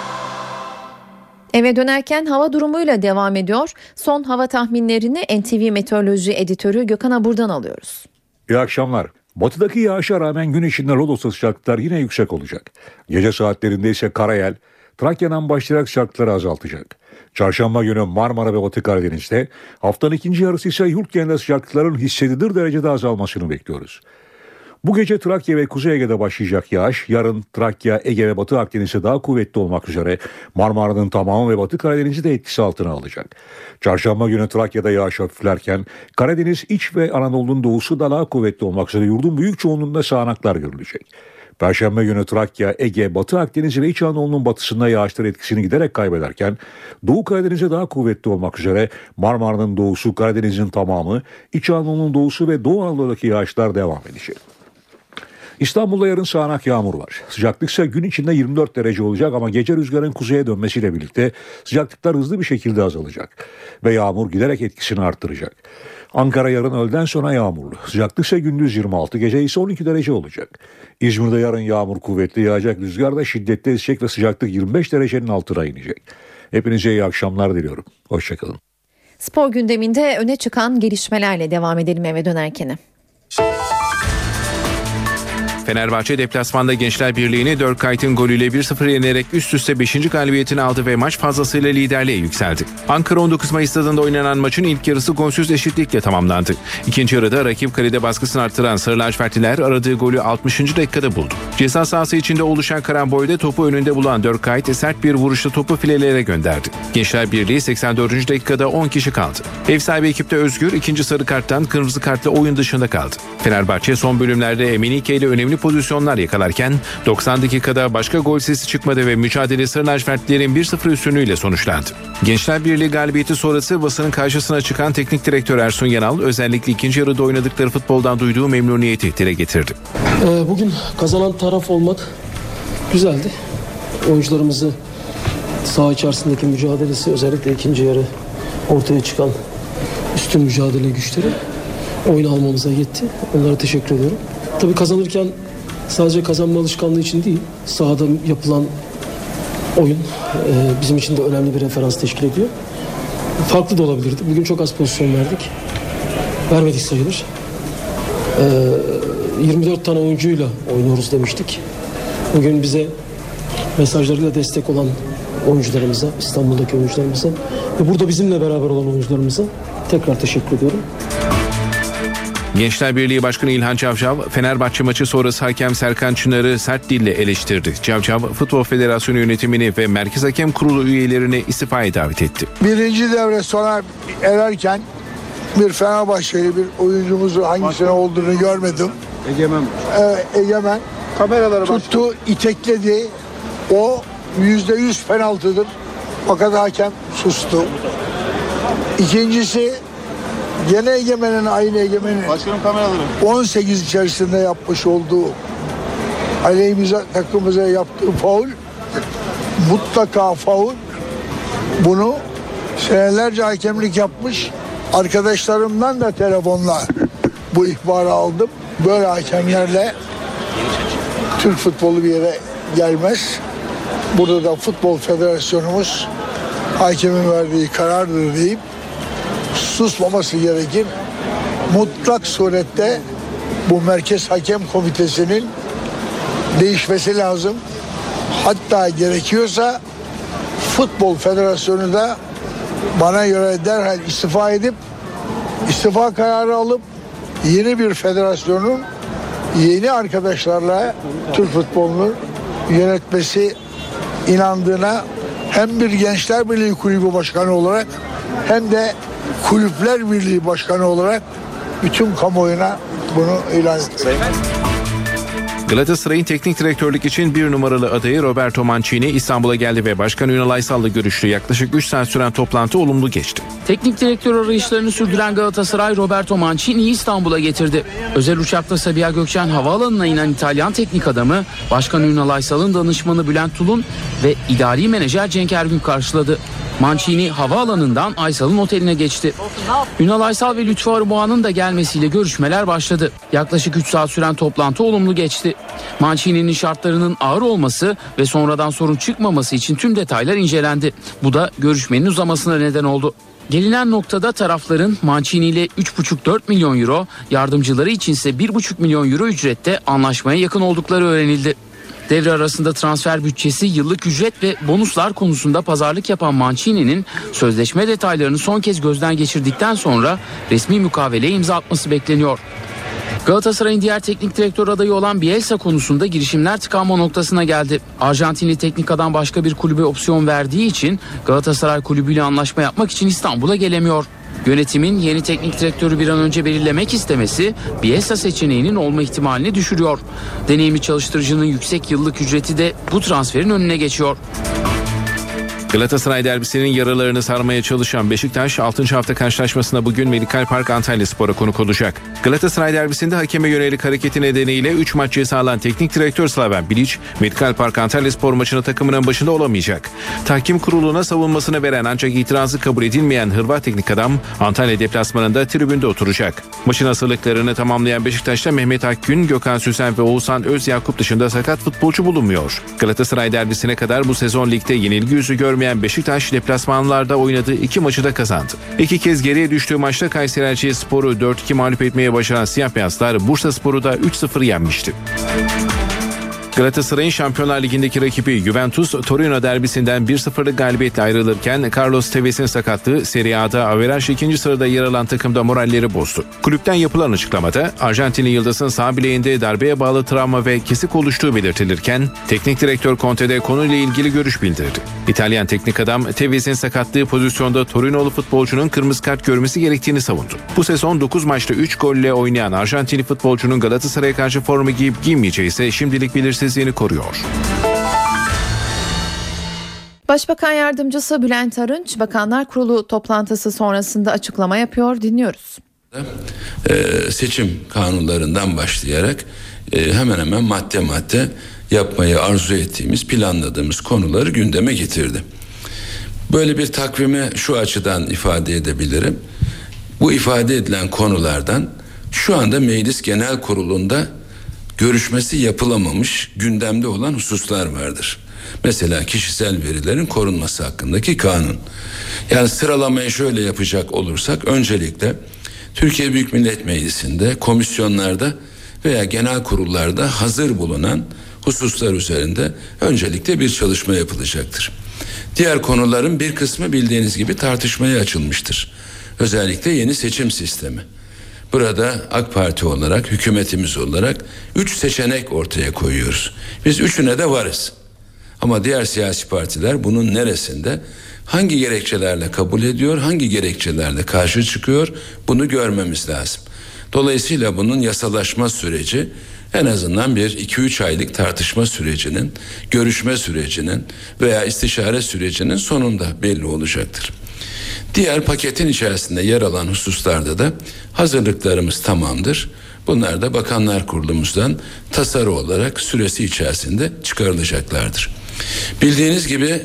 Eve dönerken hava durumuyla devam ediyor. Son hava tahminlerini NTV Meteoroloji Editörü Gökhan Abur'dan alıyoruz. İyi akşamlar. Batıdaki yağışa rağmen gün içinde Rodos'ta sıcaklıklar yine yüksek olacak. Gece saatlerinde ise karayel, Trakya'dan başlayarak sıcaklıkları azaltacak. Çarşamba günü Marmara ve Batı Karadeniz'de, haftanın ikinci yarısı ise yurt genelinde sıcaklıkların hissedilir derecede azalmasını bekliyoruz. Bu gece Trakya ve Kuzey Ege'de başlayacak yağış, yarın Trakya, Ege ve Batı Akdeniz'de daha kuvvetli olmak üzere Marmara'nın tamamı ve Batı Karadeniz'i de etkisi altına alacak. Çarşamba günü Trakya'da yağış hafiflerken Karadeniz, iç ve Anadolu'nun doğusu da daha kuvvetli olmak üzere yurdun büyük çoğunluğunda sağanaklar görülecek. Perşembe günü Trakya, Ege, Batı Akdeniz ve İç Anadolu'nun batısında yağışlar etkisini giderek kaybederken Doğu Karadeniz'e daha kuvvetli olmak üzere Marmara'nın doğusu, Karadeniz'in tamamı, İç Anadolu'nun doğusu ve Doğu Anadolu'daki yağışlar devam edecek. İstanbul'da yarın sağanak yağmur var. Sıcaklık ise gün içinde 24 derece olacak ama gece rüzgarın kuzeye dönmesiyle birlikte sıcaklıklar hızlı bir şekilde azalacak. Ve yağmur giderek etkisini arttıracak. Ankara yarın öğleden sonra yağmurlu. Sıcaklık ise gündüz 26, gece ise 12 derece olacak. İzmir'de yarın yağmur kuvvetli yağacak, rüzgar da şiddetli esecek ve sıcaklık 25 derecenin altına inecek. Hepinize iyi akşamlar diliyorum. Hoşçakalın. Spor gündeminde öne çıkan gelişmelerle devam edelim eve dönerken. Fenerbahçe deplasmanda Gençler Birliği'ni Dörkayt'ın golüyle 1-0 yenerek üst üste 5. galibiyetini aldı ve maç fazlasıyla liderliğe yükseldi. Ankara 19 Mayıs stadında oynanan maçın ilk yarısı golsüz eşitlikle tamamlandı. İkinci yarıda rakip kalede baskısını arttıran Sarı Lacivertliler aradığı golü 60. dakikada buldu. Ceza sahası içinde oluşan karambolde topu önünde bulan Dörkayt sert bir vuruşla topu filelere gönderdi. Gençler Birliği 84. dakikada 10 kişi kaldı. Ev sahibi ekipte Özgür ikinci sarı karttan kırmızı kartla oyun dışında kaldı. Fenerbahçe son bölümlerde Emenike ile önemli pozisyonlar yakalarken 90 dakikada başka gol sesi çıkmadı ve mücadele Sarı Lacivertlilerin 1-0 üstünlüğüyle sonuçlandı. Gençler Birliği galibiyeti sonrası basının karşısına çıkan teknik direktör Ersun Yanal özellikle ikinci yarıda oynadıkları futboldan duyduğu memnuniyeti dile getirdi. Bugün kazanan taraf olmak güzeldi. Oyuncularımızı saha içerisindeki mücadelesi, özellikle ikinci yarı ortaya çıkan üstün mücadele güçleri oyun almamıza yetti. Onlara teşekkür ediyorum. Tabii kazanırken sadece kazanma alışkanlığı için değil, sahada yapılan oyun bizim için de önemli bir referans teşkil ediyor. Farklı da olabilirdi. Bugün çok az pozisyon verdik. Vermedik sayılır. 24 tane oyuncuyla oynuyoruz demiştik. Bugün bize mesajlarıyla destek olan oyuncularımıza, İstanbul'daki oyuncularımıza ve burada bizimle beraber olan oyuncularımıza tekrar teşekkür ediyorum. Gençler Birliği Başkanı İlhan Çavçav, Fenerbahçe maçı sonrası hakem Serkan Çınar'ı sert dille eleştirdi. Çavçav, Futbol Federasyonu yönetimini ve Merkez Hakem Kurulu üyelerini istifaya davet etti. Birinci devre sona ererken bir Fenerbahçeli bir oyuncumuzun hangisine olduğunu görmedim. Egemen. Egemen. Kameralara tuttu, itekledi. O %100 penaltıdır. Fakat hakem sustu. İkincisi gene Egemen'in, aynı Egemen'in 18 içerisinde yapmış olduğu aleyhimize, takımımıza yaptığı faul, mutlaka faul. Bunu senelerce hakemlik yapmış arkadaşlarımdan da telefonla bu ihbarı aldım. Böyle hakemlerle Türk futbolu bir yere gelmez. Burada da Futbol Federasyonumuz hakemin verdiği karardır deyip susmaması gerekir. Mutlak surette bu Merkez Hakem Komitesi'nin değişmesi lazım. Hatta gerekiyorsa Futbol Federasyonu da bana göre derhal istifa edip istifa kararı alıp yeni bir federasyonun yeni arkadaşlarla Türk futbolunu yönetmesi inandığına hem bir Gençler Birliği Kulübü Başkanı olarak hem de Kulüpler Birliği Başkanı olarak bütün kamuoyuna bunu ilan ettim. Galatasaray'ın teknik direktörlük için bir numaralı adayı Roberto Mancini İstanbul'a geldi ve Başkan Ünal Aysal'la görüştü. Yaklaşık 3 saat süren toplantı olumlu geçti. Teknik direktör arayışlarını sürdüren Galatasaray Roberto Mancini'yi İstanbul'a getirdi. Özel uçakla Sabiha Gökçen havaalanına inen İtalyan teknik adamı Başkan Ünal Aysal'ın danışmanı Bülent Tulun ve idari menajer Cenk Ergün karşıladı. Mancini havaalanından Aysal'ın oteline geçti. Ünal Aysal ve Lütfü Arıboğan'ın da gelmesiyle görüşmeler başladı. Yaklaşık 3 saat süren toplantı olumlu geçti. Mancini'nin şartlarının ağır olması ve sonradan sorun çıkmaması için tüm detaylar incelendi. Bu da görüşmenin uzamasına neden oldu. Gelinen noktada tarafların Mancini ile 3,5-4 milyon euro, yardımcıları içinse 1,5 milyon euro ücrette anlaşmaya yakın oldukları öğrenildi. Devre arasında transfer bütçesi, yıllık ücret ve bonuslar konusunda pazarlık yapan Mancini'nin sözleşme detaylarını son kez gözden geçirdikten sonra resmi mukaveleye imza atması bekleniyor. Galatasaray'ın diğer teknik direktör adayı olan Bielsa konusunda girişimler tıkanma noktasına geldi. Arjantinli teknik adam başka bir kulübe opsiyon verdiği için Galatasaray kulübüyle anlaşma yapmak için İstanbul'a gelemiyor. Yönetimin yeni teknik direktörü bir an önce belirlemek istemesi Bielsa seçeneğinin olma ihtimalini düşürüyor. Deneyimli çalıştırıcının yüksek yıllık ücreti de bu transferin önüne geçiyor. Galatasaray derbisinin yaralarını sarmaya çalışan Beşiktaş 6. hafta karşılaşmasında bugün Medikal Park Antalyaspor'a konuk olacak. Galatasaray derbisinde hakeme yönelik hareketi nedeniyle 3 maç ceza alan teknik direktör Slaven Bilic, Medikal Park Antalyaspor maçında takımının başında olamayacak. Tahkim kuruluna savunmasını veren ancak itirazı kabul edilmeyen Hırvat teknik adam Antalya deplasmanında tribünde oturacak. Maçın hazırlıklarını tamamlayan Beşiktaş'ta Mehmet Akgün, Gökhan Süsen ve Oğuzhan Özyakup dışında sakat futbolcu bulunmuyor. Galatasaray derbisine kadar bu sezon ligde yenilgi yüzü görmeyen Beşiktaş deplasmanlarda oynadığı 2 maçı da kazandı. 2 kez geriye düştüğü maçta Kayseri Erciyesspor'u 4-2 mağlup etmeye başaran Siyah Beyazlar Bursaspor'u da 3-0 yenmişti. Galatasaray'ın Şampiyonlar Ligi'ndeki rakibi Juventus, Torino derbisinden 1-0'lık galibiyetle ayrılırken Carlos Teves'in sakatlığı Serie A'da averaj 2. sırada yer alan takımda moralleri bozdu. Kulüpten yapılan açıklamada Arjantinli yıldızın sağ bileğinde darbeye bağlı travma ve kesik oluştuğu belirtilirken teknik direktör Conte de konuyla ilgili görüş bildirdi. İtalyan teknik adam Teves'in sakatlığı pozisyonda Torinolu futbolcunun kırmızı kart görmesi gerektiğini savundu. Bu sezon 9 maçta 3 golle oynayan Arjantinli futbolcunun Galatasaray'a karşı forma giyip giymeyeceği ise şimdilik belirsiz koruyor. Başbakan Yardımcısı Bülent Arınç, Bakanlar Kurulu toplantısı sonrasında açıklama yapıyor. Dinliyoruz. Seçim kanunlarından başlayarak hemen hemen madde madde yapmayı arzu ettiğimiz, planladığımız konuları gündeme getirdi. Böyle bir takvimi şu açıdan ifade edebilirim. Bu ifade edilen konulardan şu anda Meclis Genel Kurulu'nda görüşmesi yapılamamış gündemde olan hususlar vardır. Mesela kişisel verilerin korunması hakkındaki kanun. Yani sıralamayı şöyle yapacak olursak öncelikle Türkiye Büyük Millet Meclisi'nde, komisyonlarda veya genel kurullarda hazır bulunan hususlar üzerinde öncelikle bir çalışma yapılacaktır. Diğer konuların bir kısmı bildiğiniz gibi tartışmaya açılmıştır. Özellikle yeni seçim sistemi. Burada AK Parti olarak, hükümetimiz olarak 3 seçenek ortaya koyuyoruz. Biz üçüne de varız. Ama diğer siyasi partiler bunun neresinde, hangi gerekçelerle kabul ediyor, hangi gerekçelerle karşı çıkıyor, bunu görmemiz lazım. Dolayısıyla bunun yasalaşma süreci en azından bir 2-3 aylık tartışma sürecinin, görüşme sürecinin veya istişare sürecinin sonunda belli olacaktır. Diğer paketin içerisinde yer alan hususlarda da hazırlıklarımız tamamdır. Bunlar da Bakanlar Kurulumuzdan tasarı olarak süresi içerisinde çıkarılacaklardır. Bildiğiniz gibi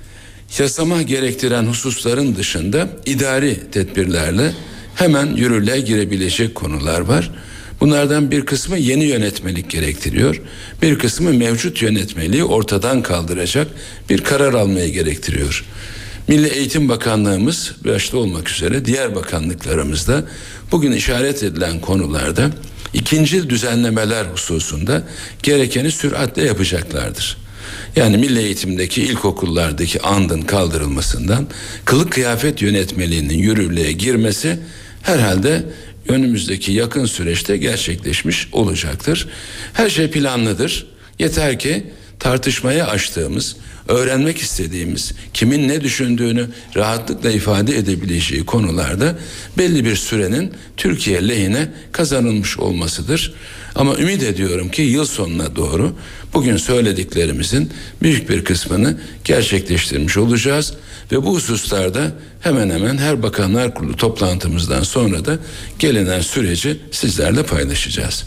yasama gerektiren hususların dışında idari tedbirlerle hemen yürürlüğe girebilecek konular var. Bunlardan bir kısmı yeni yönetmelik gerektiriyor. Bir kısmı mevcut yönetmeliği ortadan kaldıracak bir karar almayı gerektiriyor. Milli Eğitim Bakanlığımız başta olmak üzere diğer bakanlıklarımızda bugün işaret edilen konularda ikincil düzenlemeler hususunda gerekeni süratle yapacaklardır. Yani milli eğitimdeki ilkokullardaki andın kaldırılmasından kılık kıyafet yönetmeliğinin yürürlüğe girmesi herhalde önümüzdeki yakın süreçte gerçekleşmiş olacaktır. Her şey planlıdır. Yeter ki tartışmaya açtığımız, öğrenmek istediğimiz, kimin ne düşündüğünü rahatlıkla ifade edebileceği konularda belli bir sürenin Türkiye lehine kazanılmış olmasıdır. Ama ümit ediyorum ki yıl sonuna doğru bugün söylediklerimizin büyük bir kısmını gerçekleştirmiş olacağız ve bu hususlarda hemen hemen her Bakanlar Kurulu toplantımızdan sonra da gelinen süreci sizlerle paylaşacağız.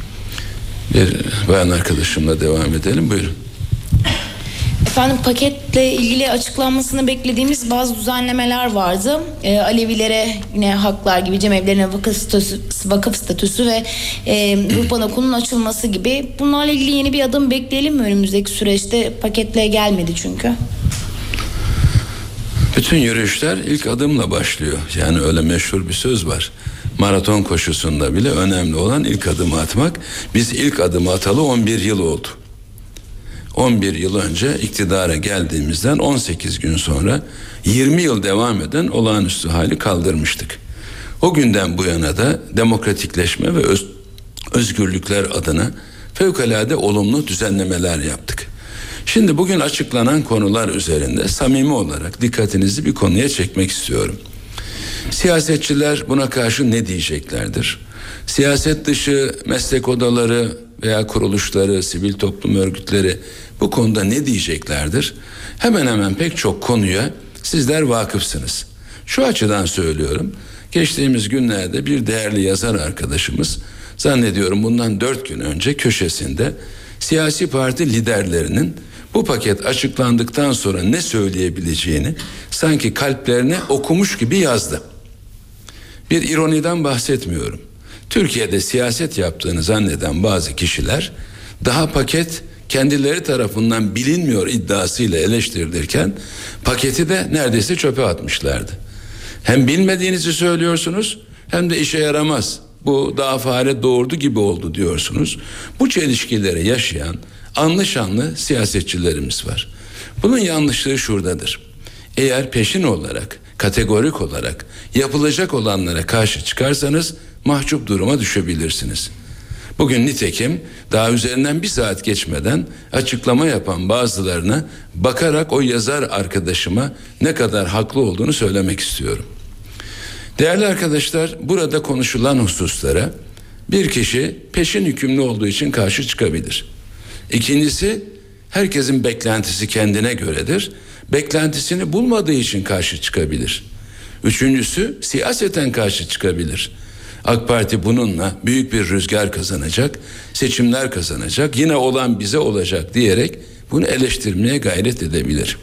Bir bayan arkadaşımla devam edelim. Buyurun. Efendim, paketle ilgili açıklanmasını beklediğimiz bazı düzenlemeler vardı. Alevilere yine haklar gibi cemevlerine vakıf statüsü ve ruhban okulunun açılması gibi. Bunlarla ilgili yeni bir adım bekleyelim mi önümüzdeki süreçte? Paketle gelmedi çünkü. Bütün yürüyüşler ilk adımla başlıyor. Yani öyle meşhur bir söz var. Maraton koşusunda bile önemli olan ilk adımı atmak. Biz ilk adımı atalı 11 yıl oldu. 11 yıl önce iktidara geldiğimizden 18 gün sonra 20 yıl devam eden olağanüstü hali kaldırmıştık. O günden bu yana da demokratikleşme ve özgürlükler adına fevkalade olumlu düzenlemeler yaptık. Şimdi bugün açıklanan konular üzerinde samimi olarak dikkatinizi bir konuya çekmek istiyorum. Siyasetçiler buna karşı ne diyeceklerdir? Siyaset dışı meslek odaları veya kuruluşları, sivil toplum örgütleri bu konuda ne diyeceklerdir? Hemen hemen pek çok konuya sizler vakıfsınız. Şu açıdan söylüyorum. Geçtiğimiz günlerde bir değerli yazar arkadaşımız, zannediyorum bundan 4 gün önce köşesinde siyasi parti liderlerinin bu paket açıklandıktan sonra ne söyleyebileceğini sanki kalplerine okumuş gibi yazdı. Bir ironiden bahsetmiyorum. Türkiye'de siyaset yaptığını zanneden bazı kişiler daha paket kendileri tarafından bilinmiyor iddiasıyla eleştirilirken paketi de neredeyse çöpe atmışlardı. Hem bilmediğinizi söylüyorsunuz hem de işe yaramaz. Bu daha fare doğurdu gibi oldu diyorsunuz. Bu çelişkileri yaşayan anlı şanlı siyasetçilerimiz var. Bunun yanlışlığı şuradadır. Eğer peşin olarak, kategorik olarak yapılacak olanlara karşı çıkarsanız mahcup duruma düşebilirsiniz. Bugün nitekim daha üzerinden 1 saat geçmeden açıklama yapan bazılarına bakarak o yazar arkadaşıma ne kadar haklı olduğunu söylemek istiyorum. Değerli arkadaşlar, burada konuşulan hususlara bir kişi peşin hükümlü olduğu için karşı çıkabilir. İkincisi, herkesin beklentisi kendine göredir. Beklentisini bulmadığı için karşı çıkabilir. Üçüncüsü, siyaseten karşı çıkabilir. AK Parti bununla büyük bir rüzgar kazanacak, seçimler kazanacak, yine olan bize olacak diyerek bunu eleştirmeye gayret edebilir.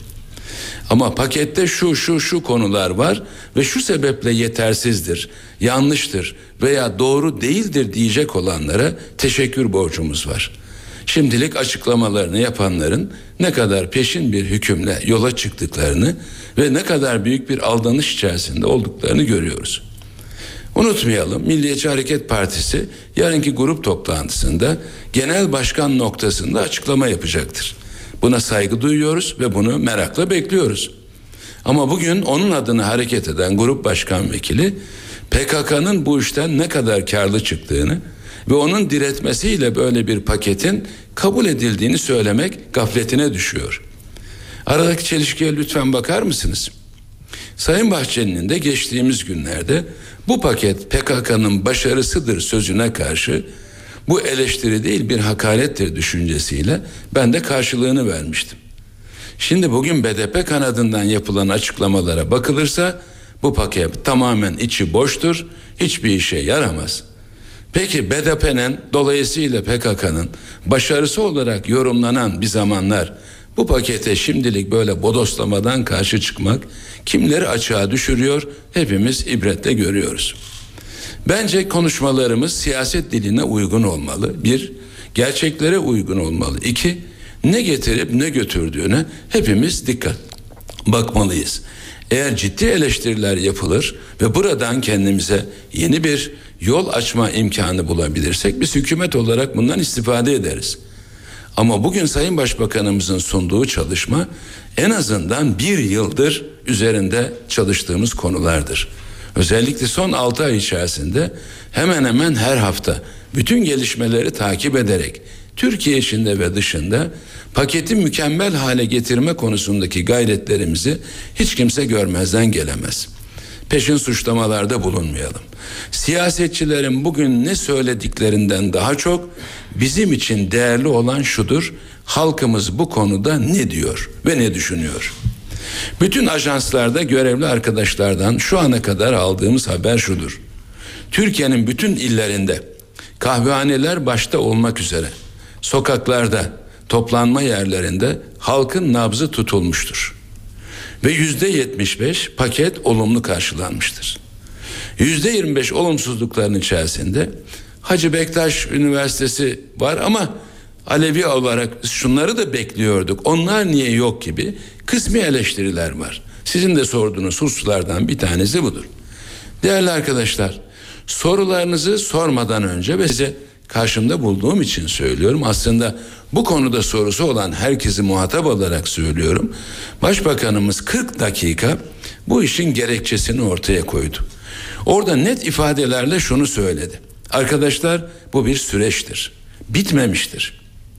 Ama pakette şu konular var ve şu sebeple yetersizdir, yanlıştır veya doğru değildir diyecek olanlara teşekkür borcumuz var. Şimdilik açıklamalarını yapanların ne kadar peşin bir hükümle yola çıktıklarını ve ne kadar büyük bir aldanış içerisinde olduklarını görüyoruz. Unutmayalım, Milliyetçi Hareket Partisi yarınki grup toplantısında genel başkan noktasında açıklama yapacaktır. Buna saygı duyuyoruz ve bunu merakla bekliyoruz. Ama bugün onun adına hareket eden grup başkan vekili PKK'nın bu işten ne kadar karlı çıktığını ve onun diretmesiyle böyle bir paketin kabul edildiğini söylemek gafletine düşüyor. Aradaki çelişkiye lütfen bakar mısınız? Sayın Bahçeli'nin de geçtiğimiz günlerde bu paket PKK'nın başarısıdır sözüne karşı bu eleştiri değil bir hakarettir düşüncesiyle ben de karşılığını vermiştim. Şimdi bugün BDP kanadından yapılan açıklamalara bakılırsa bu paket tamamen içi boştur, hiçbir işe yaramaz. Peki BDP'nin dolayısıyla PKK'nın başarısı olarak yorumlanan bir zamanlar bu pakete şimdilik böyle bodoslamadan karşı çıkmak kimleri açığa düşürüyor hepimiz ibretle görüyoruz. Bence konuşmalarımız siyaset diline uygun olmalı. 1, gerçeklere uygun olmalı. 2, ne getirip ne götürdüğüne hepimiz dikkat bakmalıyız. Eğer ciddi eleştiriler yapılır ve buradan kendimize yeni bir yol açma imkanı bulabilirsek biz hükümet olarak bundan istifade ederiz. Ama bugün Sayın Başbakanımızın sunduğu çalışma en azından 1 yıldır üzerinde çalıştığımız konulardır. Özellikle son 6 ay içerisinde hemen hemen her hafta bütün gelişmeleri takip ederek Türkiye içinde ve dışında paketi mükemmel hale getirme konusundaki gayretlerimizi hiç kimse görmezden gelemez. Peşin suçlamalarda bulunmayalım. Siyasetçilerin bugün ne söylediklerinden daha çok bizim için değerli olan şudur: halkımız bu konuda ne diyor ve ne düşünüyor? Bütün ajanslarda görevli arkadaşlardan şu ana kadar aldığımız haber şudur: Türkiye'nin bütün illerinde kahvehaneler başta olmak üzere sokaklarda, toplanma yerlerinde halkın nabzı tutulmuştur. Ve %75 paket olumlu karşılanmıştır. %25 olumsuzlukların içerisinde Hacı Bektaş Üniversitesi var ama Alevi olarak şunları da bekliyorduk, onlar niye yok gibi kısmi eleştiriler var. Sizin de sorduğunuz hususlardan bir tanesi budur. Değerli arkadaşlar, sorularınızı sormadan önce ve size karşımda bulduğum için söylüyorum. Aslında bu konuda sorusu olan herkesi muhatap olarak söylüyorum. Başbakanımız 40 dakika bu işin gerekçesini ortaya koydu. Orada net ifadelerle şunu söyledi. Arkadaşlar, bu bir süreçtir. Bitmemiştir.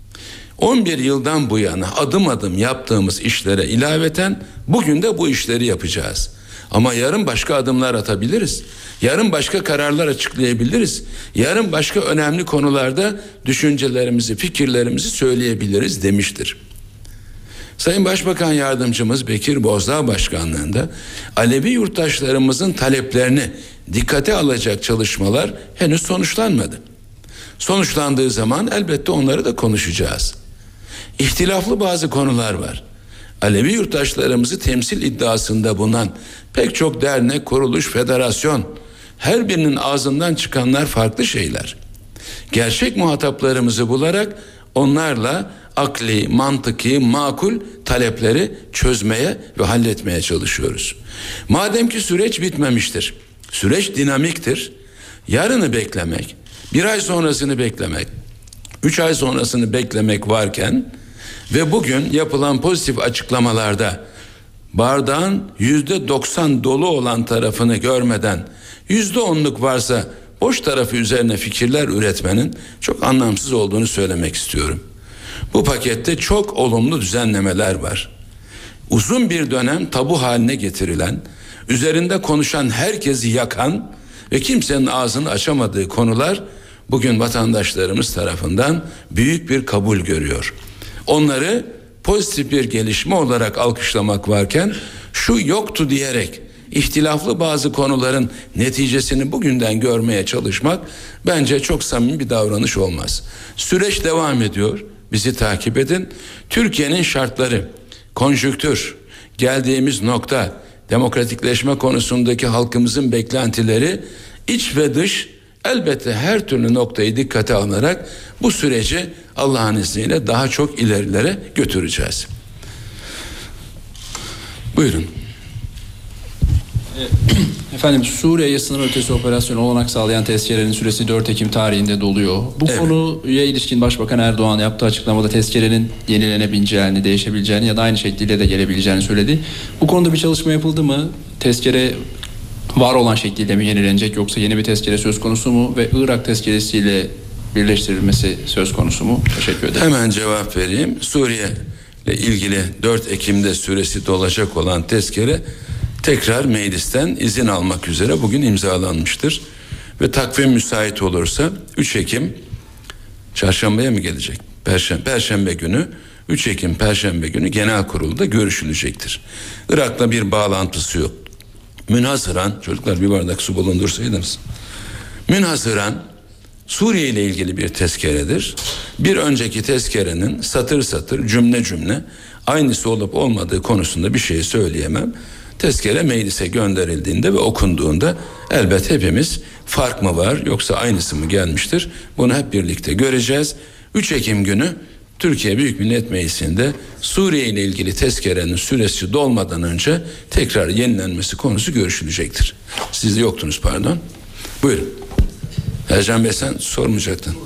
11 yıldan bu yana adım adım yaptığımız işlere ilaveten bugün de bu işleri yapacağız. Ama yarın başka adımlar atabiliriz. Yarın başka kararlar açıklayabiliriz. Yarın başka önemli konularda düşüncelerimizi, fikirlerimizi söyleyebiliriz demiştir. Sayın Başbakan Yardımcımız Bekir Bozdağ Başkanlığında Alevi yurttaşlarımızın taleplerini dikkate alacak çalışmalar henüz sonuçlanmadı. Sonuçlandığı zaman elbette onları da konuşacağız. İhtilaflı bazı konular var. Alevi yurttaşlarımızı temsil iddiasında bulunan pek çok dernek, kuruluş, federasyon, her birinin ağzından çıkanlar farklı şeyler. Gerçek muhataplarımızı bularak onlarla akli, mantıki, makul talepleri çözmeye ve halletmeye çalışıyoruz. Madem ki süreç bitmemiştir, süreç dinamiktir, yarını beklemek, bir ay sonrasını beklemek, 3 ay sonrasını beklemek varken ve bugün yapılan pozitif açıklamalarda bardağın %90 dolu olan tarafını görmeden %10'luk varsa boş tarafı üzerine fikirler üretmenin çok anlamsız olduğunu söylemek istiyorum. Bu pakette çok olumlu düzenlemeler var. Uzun bir dönem tabu haline getirilen, üzerinde konuşan herkesi yakan ve kimsenin ağzını açamadığı konular bugün vatandaşlarımız tarafından büyük bir kabul görüyor. Onları pozitif bir gelişme olarak alkışlamak varken şu yoktu diyerek ihtilaflı bazı konuların neticesini bugünden görmeye çalışmak bence çok samimi bir davranış olmaz. Süreç devam ediyor. Bizi takip edin. Türkiye'nin şartları, konjüktür, geldiğimiz nokta, demokratikleşme konusundaki halkımızın beklentileri, iç ve dış elbette her türlü noktayı dikkate alınarak bu süreci Allah'ın izniyle daha çok ilerilere götüreceğiz. Buyurun. Efendim, Suriye'ye sınır ötesi operasyon olanak sağlayan tezkerenin süresi 4 Ekim tarihinde doluyor. Bu konuya ilişkin Başbakan Erdoğan yaptığı açıklamada tezkerenin yenilenebileceğini, değişebileceğini ya da aynı şekliyle de gelebileceğini söyledi. Bu konuda bir çalışma yapıldı mı? Tezkere var olan şekliyle mi yenilenecek, yoksa yeni bir tezkere söz konusu mu ve Irak tezkeresiyle birleştirilmesi söz konusu mu? Teşekkür ederim. Hemen cevap vereyim. Suriye ile ilgili 4 Ekim'de süresi dolacak olan tezkere tekrar meclisten izin almak üzere bugün imzalanmıştır. Ve takvim müsait olursa 3 Ekim çarşambaya mı gelecek? Perşembe günü 3 Ekim Perşembe günü genel kurulda görüşülecektir. Irak'la bir bağlantısı yok. Münhasıran, çocuklar bir bardak su bulundursaydınız. Münhasıran Suriye ile ilgili bir tezkeredir. Bir önceki tezkerenin satır satır, cümle cümle aynısı olup olmadığı konusunda bir şey söyleyemem. Tezkere meclise gönderildiğinde ve okunduğunda elbet hepimiz fark mı var yoksa aynısı mı gelmiştir, bunu hep birlikte göreceğiz. 3 Ekim günü Türkiye Büyük Millet Meclisi'nde Suriye ile ilgili tezkerenin süresi dolmadan önce tekrar yenilenmesi konusu görüşülecektir. Siz de yoktunuz, pardon. Buyurun. Ercan Bey, sen sormayacaktın.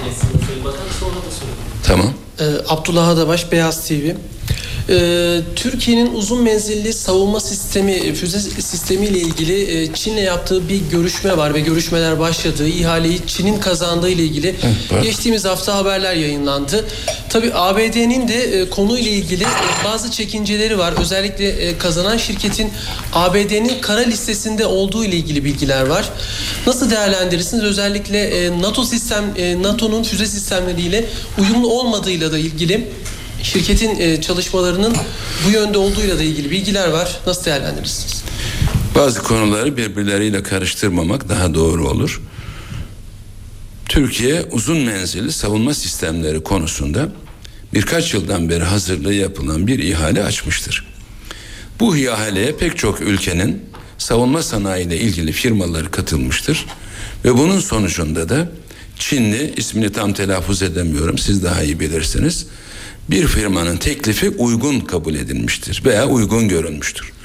Tamam. Abdullah Adabaş, Beyaz TV. Türkiye'nin uzun menzilli savunma sistemi, füze sistemi ile ilgili Çin'le yaptığı bir görüşme var ve görüşmeler başladı. İhaleyi Çin'in kazandığı ile ilgili geçtiğimiz hafta haberler yayınlandı. Tabii ABD'nin de konuyla ilgili bazı çekinceleri var. Özellikle kazanan şirketin ABD'nin kara listesinde olduğu ile ilgili bilgiler var. Nasıl değerlendirirsiniz? Özellikle NATO'nun füze sistemleriyle uyumlu olmadığıyla da ilgili şirketin çalışmalarının bu yönde olduğuyla da ilgili bilgiler var. Nasıl değerlendirirsiniz? Bazı konuları birbirleriyle karıştırmamak daha doğru olur. Türkiye uzun menzilli savunma sistemleri konusunda birkaç yıldan beri hazırlığı yapılan bir ihale açmıştır. Bu ihaleye pek çok ülkenin savunma sanayiyle ilgili firmaları katılmıştır. Ve bunun sonucunda da Çinli, ismini tam telaffuz edemiyorum, siz daha iyi bilirsiniz, bir firmanın teklifi uygun kabul edilmiştir veya uygun görülmüştür.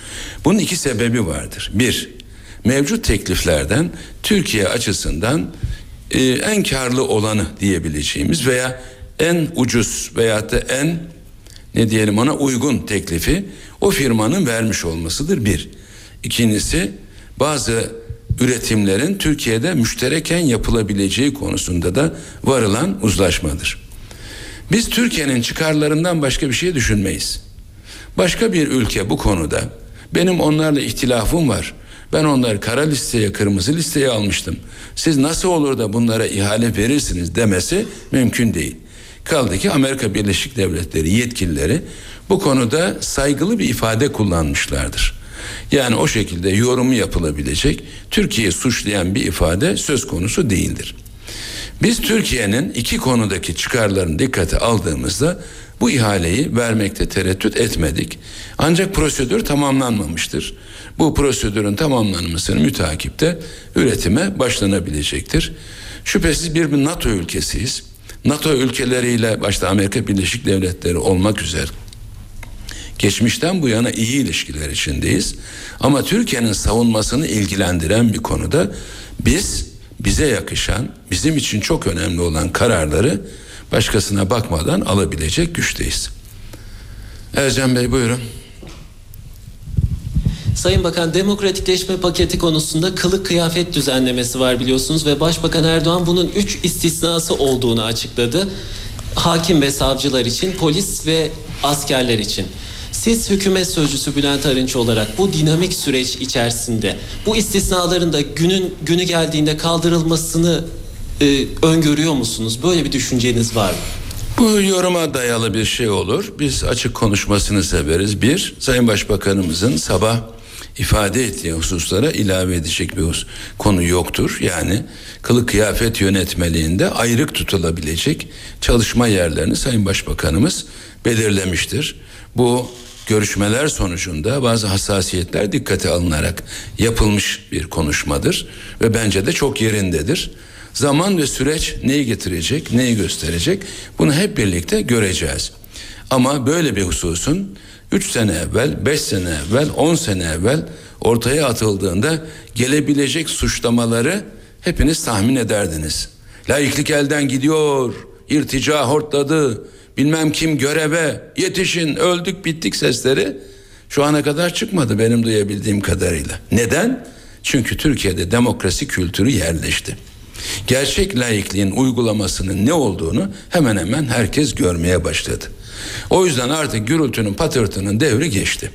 Bunun iki sebebi vardır. Bir, mevcut tekliflerden Türkiye açısından en karlı olanı diyebileceğimiz veya en ucuz veyahut da en uygun teklifi o firmanın vermiş olmasıdır bir. İkincisi, bazı üretimlerin Türkiye'de müştereken yapılabileceği konusunda da varılan uzlaşmadır. Biz Türkiye'nin çıkarlarından başka bir şey düşünmeyiz. Başka bir ülke bu konuda benim onlarla ihtilafım var, ben onları kara listeye, kırmızı listeye almıştım, siz nasıl olur da bunlara ihale verirsiniz demesi mümkün değil. Kaldı ki Amerika Birleşik Devletleri yetkilileri bu konuda saygılı bir ifade kullanmışlardır. Yani o şekilde yorumu yapılabilecek, Türkiye'yi suçlayan bir ifade söz konusu değildir. Biz Türkiye'nin iki konudaki çıkarlarını dikkate aldığımızda bu ihaleyi vermekte tereddüt etmedik. Ancak prosedür tamamlanmamıştır. Bu prosedürün tamamlanmasını mütakipte üretime başlanabilecektir. Şüphesiz bir NATO ülkesiyiz. NATO ülkeleriyle başta Amerika Birleşik Devletleri olmak üzere geçmişten bu yana iyi ilişkiler içindeyiz. Ama Türkiye'nin savunmasını ilgilendiren bir konuda bize yakışan, bizim için çok önemli olan kararları başkasına bakmadan alabilecek güçteyiz. Ercan Bey buyurun. Sayın Bakan, demokratikleşme paketi konusunda kılık kıyafet düzenlemesi var biliyorsunuz ve Başbakan Erdoğan bunun 3 istisnası olduğunu açıkladı. Hakim ve savcılar için, polis ve askerler için. Siz hükümet sözcüsü Bülent Arınç olarak bu dinamik süreç içerisinde bu istisnaların da günü geldiğinde kaldırılmasını öngörüyor musunuz? Böyle bir düşünceniz var mı? Bu yoruma dayalı bir şey olur. Biz açık konuşmasını severiz. Bir, Sayın Başbakanımızın sabah ifade ettiği hususlara ilave edecek bir konu yoktur. Yani kılık kıyafet yönetmeliğinde ayrık tutulabilecek çalışma yerlerini Sayın Başbakanımız belirlemiştir. Bu görüşmeler sonucunda bazı hassasiyetler dikkate alınarak yapılmış bir konuşmadır ve bence de çok yerindedir. Zaman ve süreç neyi getirecek, neyi gösterecek, bunu hep birlikte göreceğiz. Ama böyle bir hususun 3 sene evvel, 5 sene evvel, 10 sene evvel ortaya atıldığında gelebilecek suçlamaları hepiniz tahmin ederdiniz. Laiklik elden gidiyor, irtica hortladı, bilmem kim göreve, yetişin, öldük bittik sesleri şu ana kadar çıkmadı benim duyabildiğim kadarıyla. Neden? Çünkü Türkiye'de demokrasi kültürü yerleşti. Gerçek laikliğin uygulamasının ne olduğunu hemen hemen herkes görmeye başladı. O yüzden artık gürültünün, patırtının devri geçti.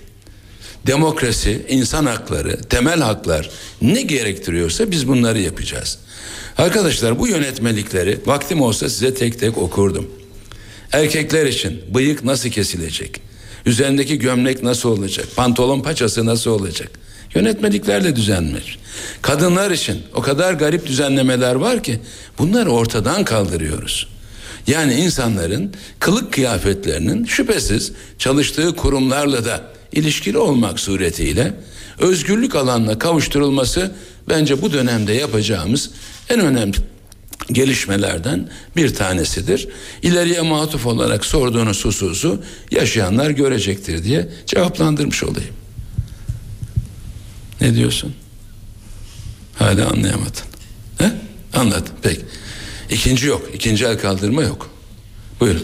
Demokrasi, insan hakları, temel haklar ne gerektiriyorsa biz bunları yapacağız. Arkadaşlar, bu yönetmelikleri vaktim olsa size tek tek okurdum. Erkekler için bıyık nasıl kesilecek? Üzerindeki gömlek nasıl olacak? Pantolon paçası nasıl olacak? Yönetmeliklerle düzenlenmiş. Kadınlar için o kadar garip düzenlemeler var ki bunları ortadan kaldırıyoruz. Yani insanların kılık kıyafetlerinin şüphesiz çalıştığı kurumlarla da ilişkili olmak suretiyle özgürlük alanına kavuşturulması bence bu dönemde yapacağımız en önemli gelişmelerden bir tanesidir. İleriye matuf olarak sorduğunuz hususu yaşayanlar görecektir diye cevaplandırmış olayım. Ne diyorsun? Hala anlayamadın. He? Anlat. Peki. İkinci yok. İkinci el kaldırma yok. Buyurun.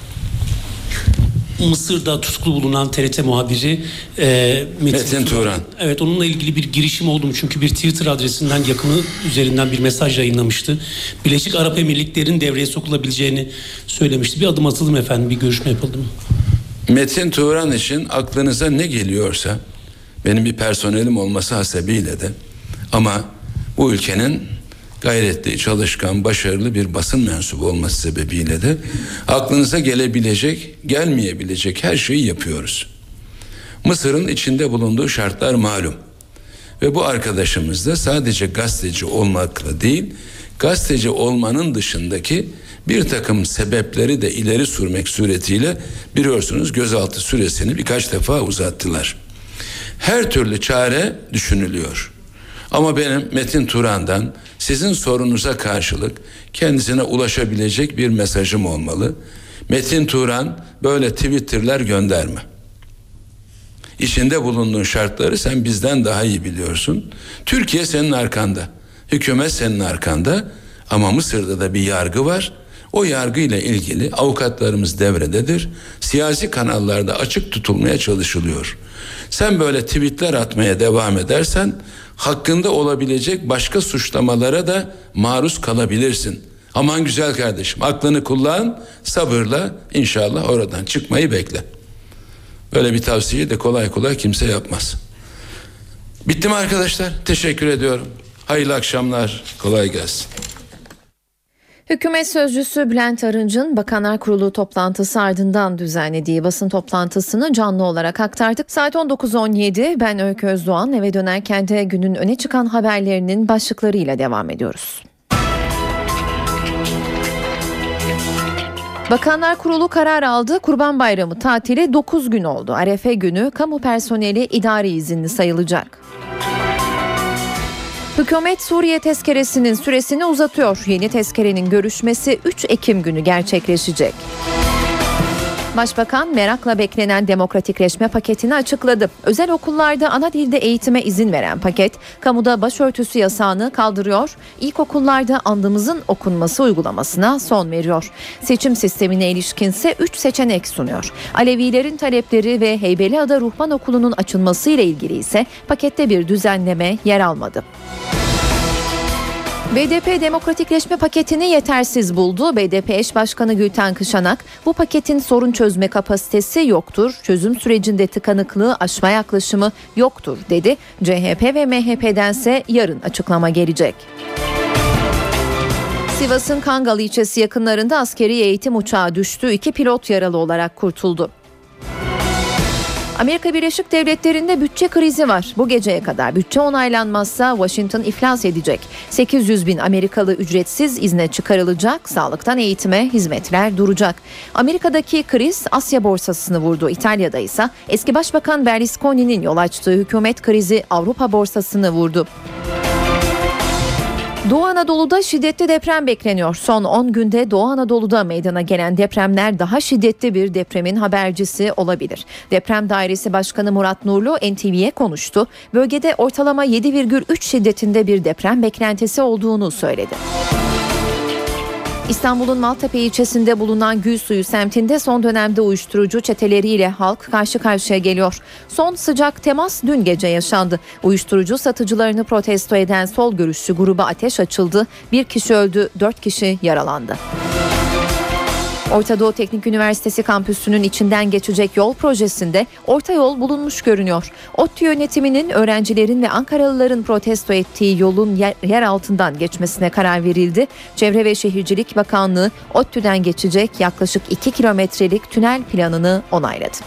Mısır'da tutuklu bulunan TRT muhabiri Metin Turan. Evet, onunla ilgili bir girişim oldu mu? Çünkü bir Twitter adresinden yakını üzerinden bir mesaj yayınlamıştı. Birleşik Arap Emirlikleri'nin devreye sokulabileceğini söylemişti. Bir adım atıldı mı efendim? Bir görüşme yapıldı mı? Metin Turan için aklınıza ne geliyorsa, benim bir personelim olması hasebiyle de, ama bu ülkenin gayretli, çalışkan, başarılı bir basın mensubu olması sebebiyle de aklınıza gelebilecek, gelmeyebilecek her şeyi yapıyoruz. Mısır'ın içinde bulunduğu şartlar malum. Ve bu arkadaşımız da sadece gazeteci olmakla değil, gazeteci olmanın dışındaki bir takım sebepleri de ileri sürmek suretiyle biliyorsunuz gözaltı süresini birkaç defa uzattılar. Her türlü çare düşünülüyor. Ama benim Metin Turan'dan sizin sorunuza karşılık kendisine ulaşabilecek bir mesajım olmalı. Metin Turan böyle Twitter'ler gönderme. içinde bulunduğun şartları sen bizden daha iyi biliyorsun. Türkiye senin arkanda, hükümet senin arkanda ama Mısır'da da bir yargı var. O yargıyla ilgili avukatlarımız devrededir. Siyasi kanallarda açık tutulmaya çalışılıyor. Sen böyle tweetler atmaya devam edersen hakkında olabilecek başka suçlamalara da maruz kalabilirsin. Aman güzel kardeşim, aklını kullan, sabırla inşallah oradan çıkmayı bekle. Böyle bir tavsiyeyi de kolay kolay kimse yapmaz. Bitti mi arkadaşlar? Teşekkür ediyorum. Hayırlı akşamlar, kolay gelsin. Hükümet sözcüsü Bülent Arınç'ın Bakanlar Kurulu toplantısı ardından düzenlediği basın toplantısını canlı olarak aktardık. Saat 19.17 ben Öykü Özdoğan, eve dönerken de günün öne çıkan haberlerinin başlıklarıyla devam ediyoruz. Bakanlar Kurulu karar aldı. Kurban Bayramı tatili 9 gün oldu. Arefe günü kamu personeli idari izinli sayılacak. Hükümet Suriye tezkeresinin süresini uzatıyor. Yeni tezkerenin görüşmesi 3 Ekim günü gerçekleşecek. Başbakan merakla beklenen demokratikleşme paketini açıkladı. Özel okullarda ana dilde eğitime izin veren paket, kamuda başörtüsü yasağını kaldırıyor, ilkokullarda andımızın okunması uygulamasına son veriyor. Seçim sistemine ilişkinse 3 seçenek sunuyor. Alevilerin talepleri ve Heybeliada Ruhban Okulu'nun açılması ile ilgili ise pakette bir düzenleme yer almadı. BDP demokratikleşme paketini yetersiz buldu. BDP eş başkanı Gülten Kışanak, bu paketin sorun çözme kapasitesi yoktur, çözüm sürecinde tıkanıklığı aşma yaklaşımı yoktur dedi. CHP ve MHP'dense yarın açıklama gelecek. Sivas'ın Kangal ilçesi yakınlarında askeri eğitim uçağı düştü. 2 pilot yaralı olarak kurtuldu. Amerika Birleşik Devletleri'nde bütçe krizi var. Bu geceye kadar bütçe onaylanmazsa Washington iflas edecek. 800 bin Amerikalı ücretsiz izne çıkarılacak. Sağlıktan eğitime hizmetler duracak. Amerika'daki kriz Asya borsasını vurdu. İtalya'da ise eski Başbakan Berlusconi'nin yol açtığı hükümet krizi Avrupa borsasını vurdu. Doğu Anadolu'da şiddetli deprem bekleniyor. Son 10 günde Doğu Anadolu'da meydana gelen depremler daha şiddetli bir depremin habercisi olabilir. Deprem Dairesi Başkanı Murat Nurlu NTV'ye konuştu. Bölgede ortalama 7,3 şiddetinde bir deprem beklentisi olduğunu söyledi. İstanbul'un Maltepe ilçesinde bulunan Gülsuyu semtinde son dönemde uyuşturucu çeteleriyle halk karşı karşıya geliyor. Son sıcak temas dün gece yaşandı. Uyuşturucu satıcılarını protesto eden sol görüşlü gruba ateş açıldı. 1 kişi öldü, 4 kişi yaralandı. Orta Doğu Teknik Üniversitesi kampüsünün içinden geçecek yol projesinde orta yol bulunmuş görünüyor. ODTÜ yönetiminin öğrencilerin ve Ankaralıların protesto ettiği yolun yer altından geçmesine karar verildi. Çevre ve Şehircilik Bakanlığı ODTÜ'den geçecek yaklaşık 2 kilometrelik tünel planını onayladı.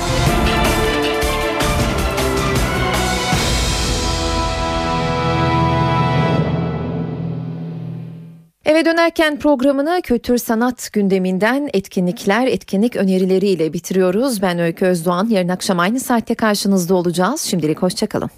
Eve dönerken programını kültür sanat gündeminden etkinlik önerileriyle bitiriyoruz. Ben Öykü Özdoğan. Yarın akşam aynı saatte karşınızda olacağız. Şimdilik hoşçakalın.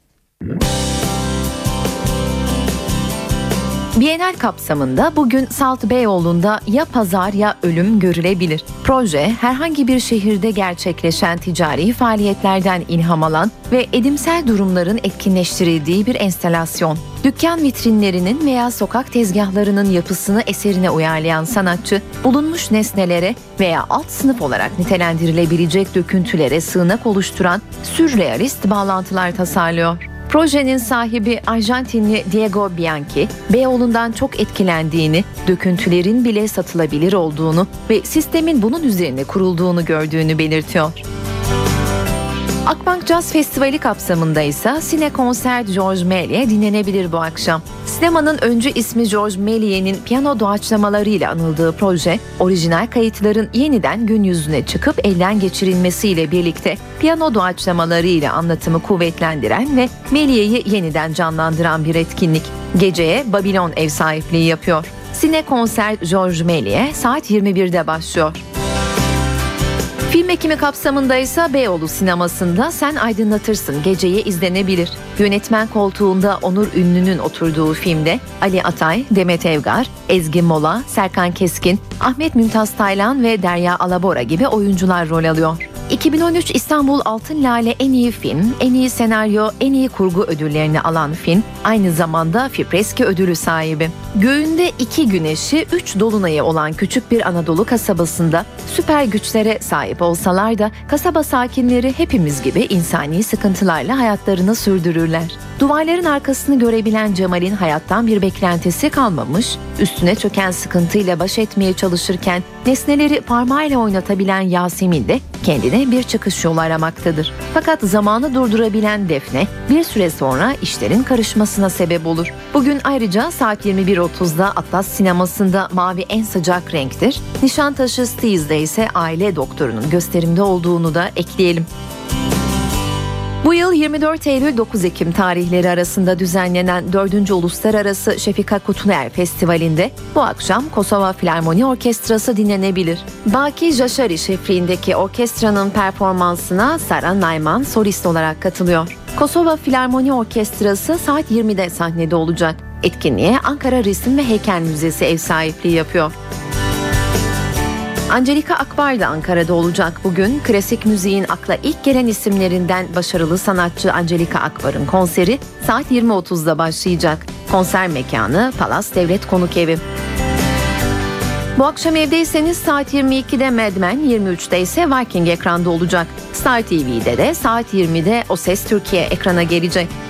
Bienal kapsamında bugün Salt Beyoğlu'nda ya pazar ya ölüm görülebilir. Proje herhangi bir şehirde gerçekleşen ticari faaliyetlerden ilham alan ve edimsel durumların etkinleştirildiği bir enstalasyon. Dükkan vitrinlerinin veya sokak tezgahlarının yapısını eserine uyarlayan sanatçı, bulunmuş nesnelere veya alt sınıf olarak nitelendirilebilecek döküntülere sığınak oluşturan sürrealist bağlantılar tasarlıyor. Projenin sahibi Arjantinli Diego Bianchi, Beyoğlu'ndan çok etkilendiğini, döküntülerin bile satılabilir olduğunu ve sistemin bunun üzerine kurulduğunu gördüğünü belirtiyor. Akbank Jazz Festivali kapsamında ise Cine Concert Georges Méliès dinlenebilir bu akşam. Sinemanın öncü ismi Georges Méliès'in piyano doğaçlamalarıyla anıldığı proje, orijinal kayıtların yeniden gün yüzüne çıkıp elden geçirilmesiyle birlikte piyano doğaçlamalarıyla anlatımı kuvvetlendiren ve Méliès'i yeniden canlandıran bir etkinlik. Geceye Babylon ev sahipliği yapıyor. Cine Concert Georges Méliès saat 21'de başlıyor. Film ekimi kapsamında ise Beyoğlu sinemasında Sen Aydınlatırsın geceyi izlenebilir. Yönetmen koltuğunda Onur Ünlü'nün oturduğu filmde Ali Atay, Demet Evgar, Ezgi Mola, Serkan Keskin, Ahmet Mümtaz Taylan ve Derya Alabora gibi oyuncular rol alıyor. 2013 İstanbul Altın Lale en iyi film, en iyi senaryo, en iyi kurgu ödüllerini alan film, aynı zamanda Fipreski ödülü sahibi. Göğünde 2 güneşi, 3 dolunayı olan küçük bir Anadolu kasabasında süper güçlere sahip olsalar da kasaba sakinleri hepimiz gibi insani sıkıntılarla hayatlarını sürdürürler. Duvarların arkasını görebilen Cemal'in hayattan bir beklentisi kalmamış, üstüne çöken sıkıntıyla baş etmeye çalışırken nesneleri parmağıyla oynatabilen Yasemin de kendine bir çıkış yolu aramaktadır. Fakat zamanı durdurabilen Defne bir süre sonra işlerin karışmasına sebep olur. Bugün ayrıca saat 21.30'da Atlas Sineması'nda Mavi en sıcak renktir, Nişantaşı Steez'de ise Aile Doktoru'nun gösterimde olduğunu da ekleyelim. Bu yıl 24 Eylül-9 Ekim tarihleri arasında düzenlenen 4. Uluslararası Şefika Kutluer Festivali'nde bu akşam Kosova Filarmoni Orkestrası dinlenebilir. Baki Jaşari şefliğindeki orkestranın performansına Sara Nayman solist olarak katılıyor. Kosova Filarmoni Orkestrası saat 20'de sahnede olacak. Etkinliğe Ankara Resim ve Heykel Müzesi ev sahipliği yapıyor. Angelika Akbar da Ankara'da olacak bugün. Klasik müziğin akla ilk gelen isimlerinden başarılı sanatçı Angelika Akbar'ın konseri saat 20.30'da başlayacak. Konser mekanı Palas Devlet Konuk Evi. Bu akşam evdeyseniz saat 22'de Mad Men, 23'te ise Viking ekranda olacak. Star TV'de de saat 20'de O Ses Türkiye ekrana gelecek.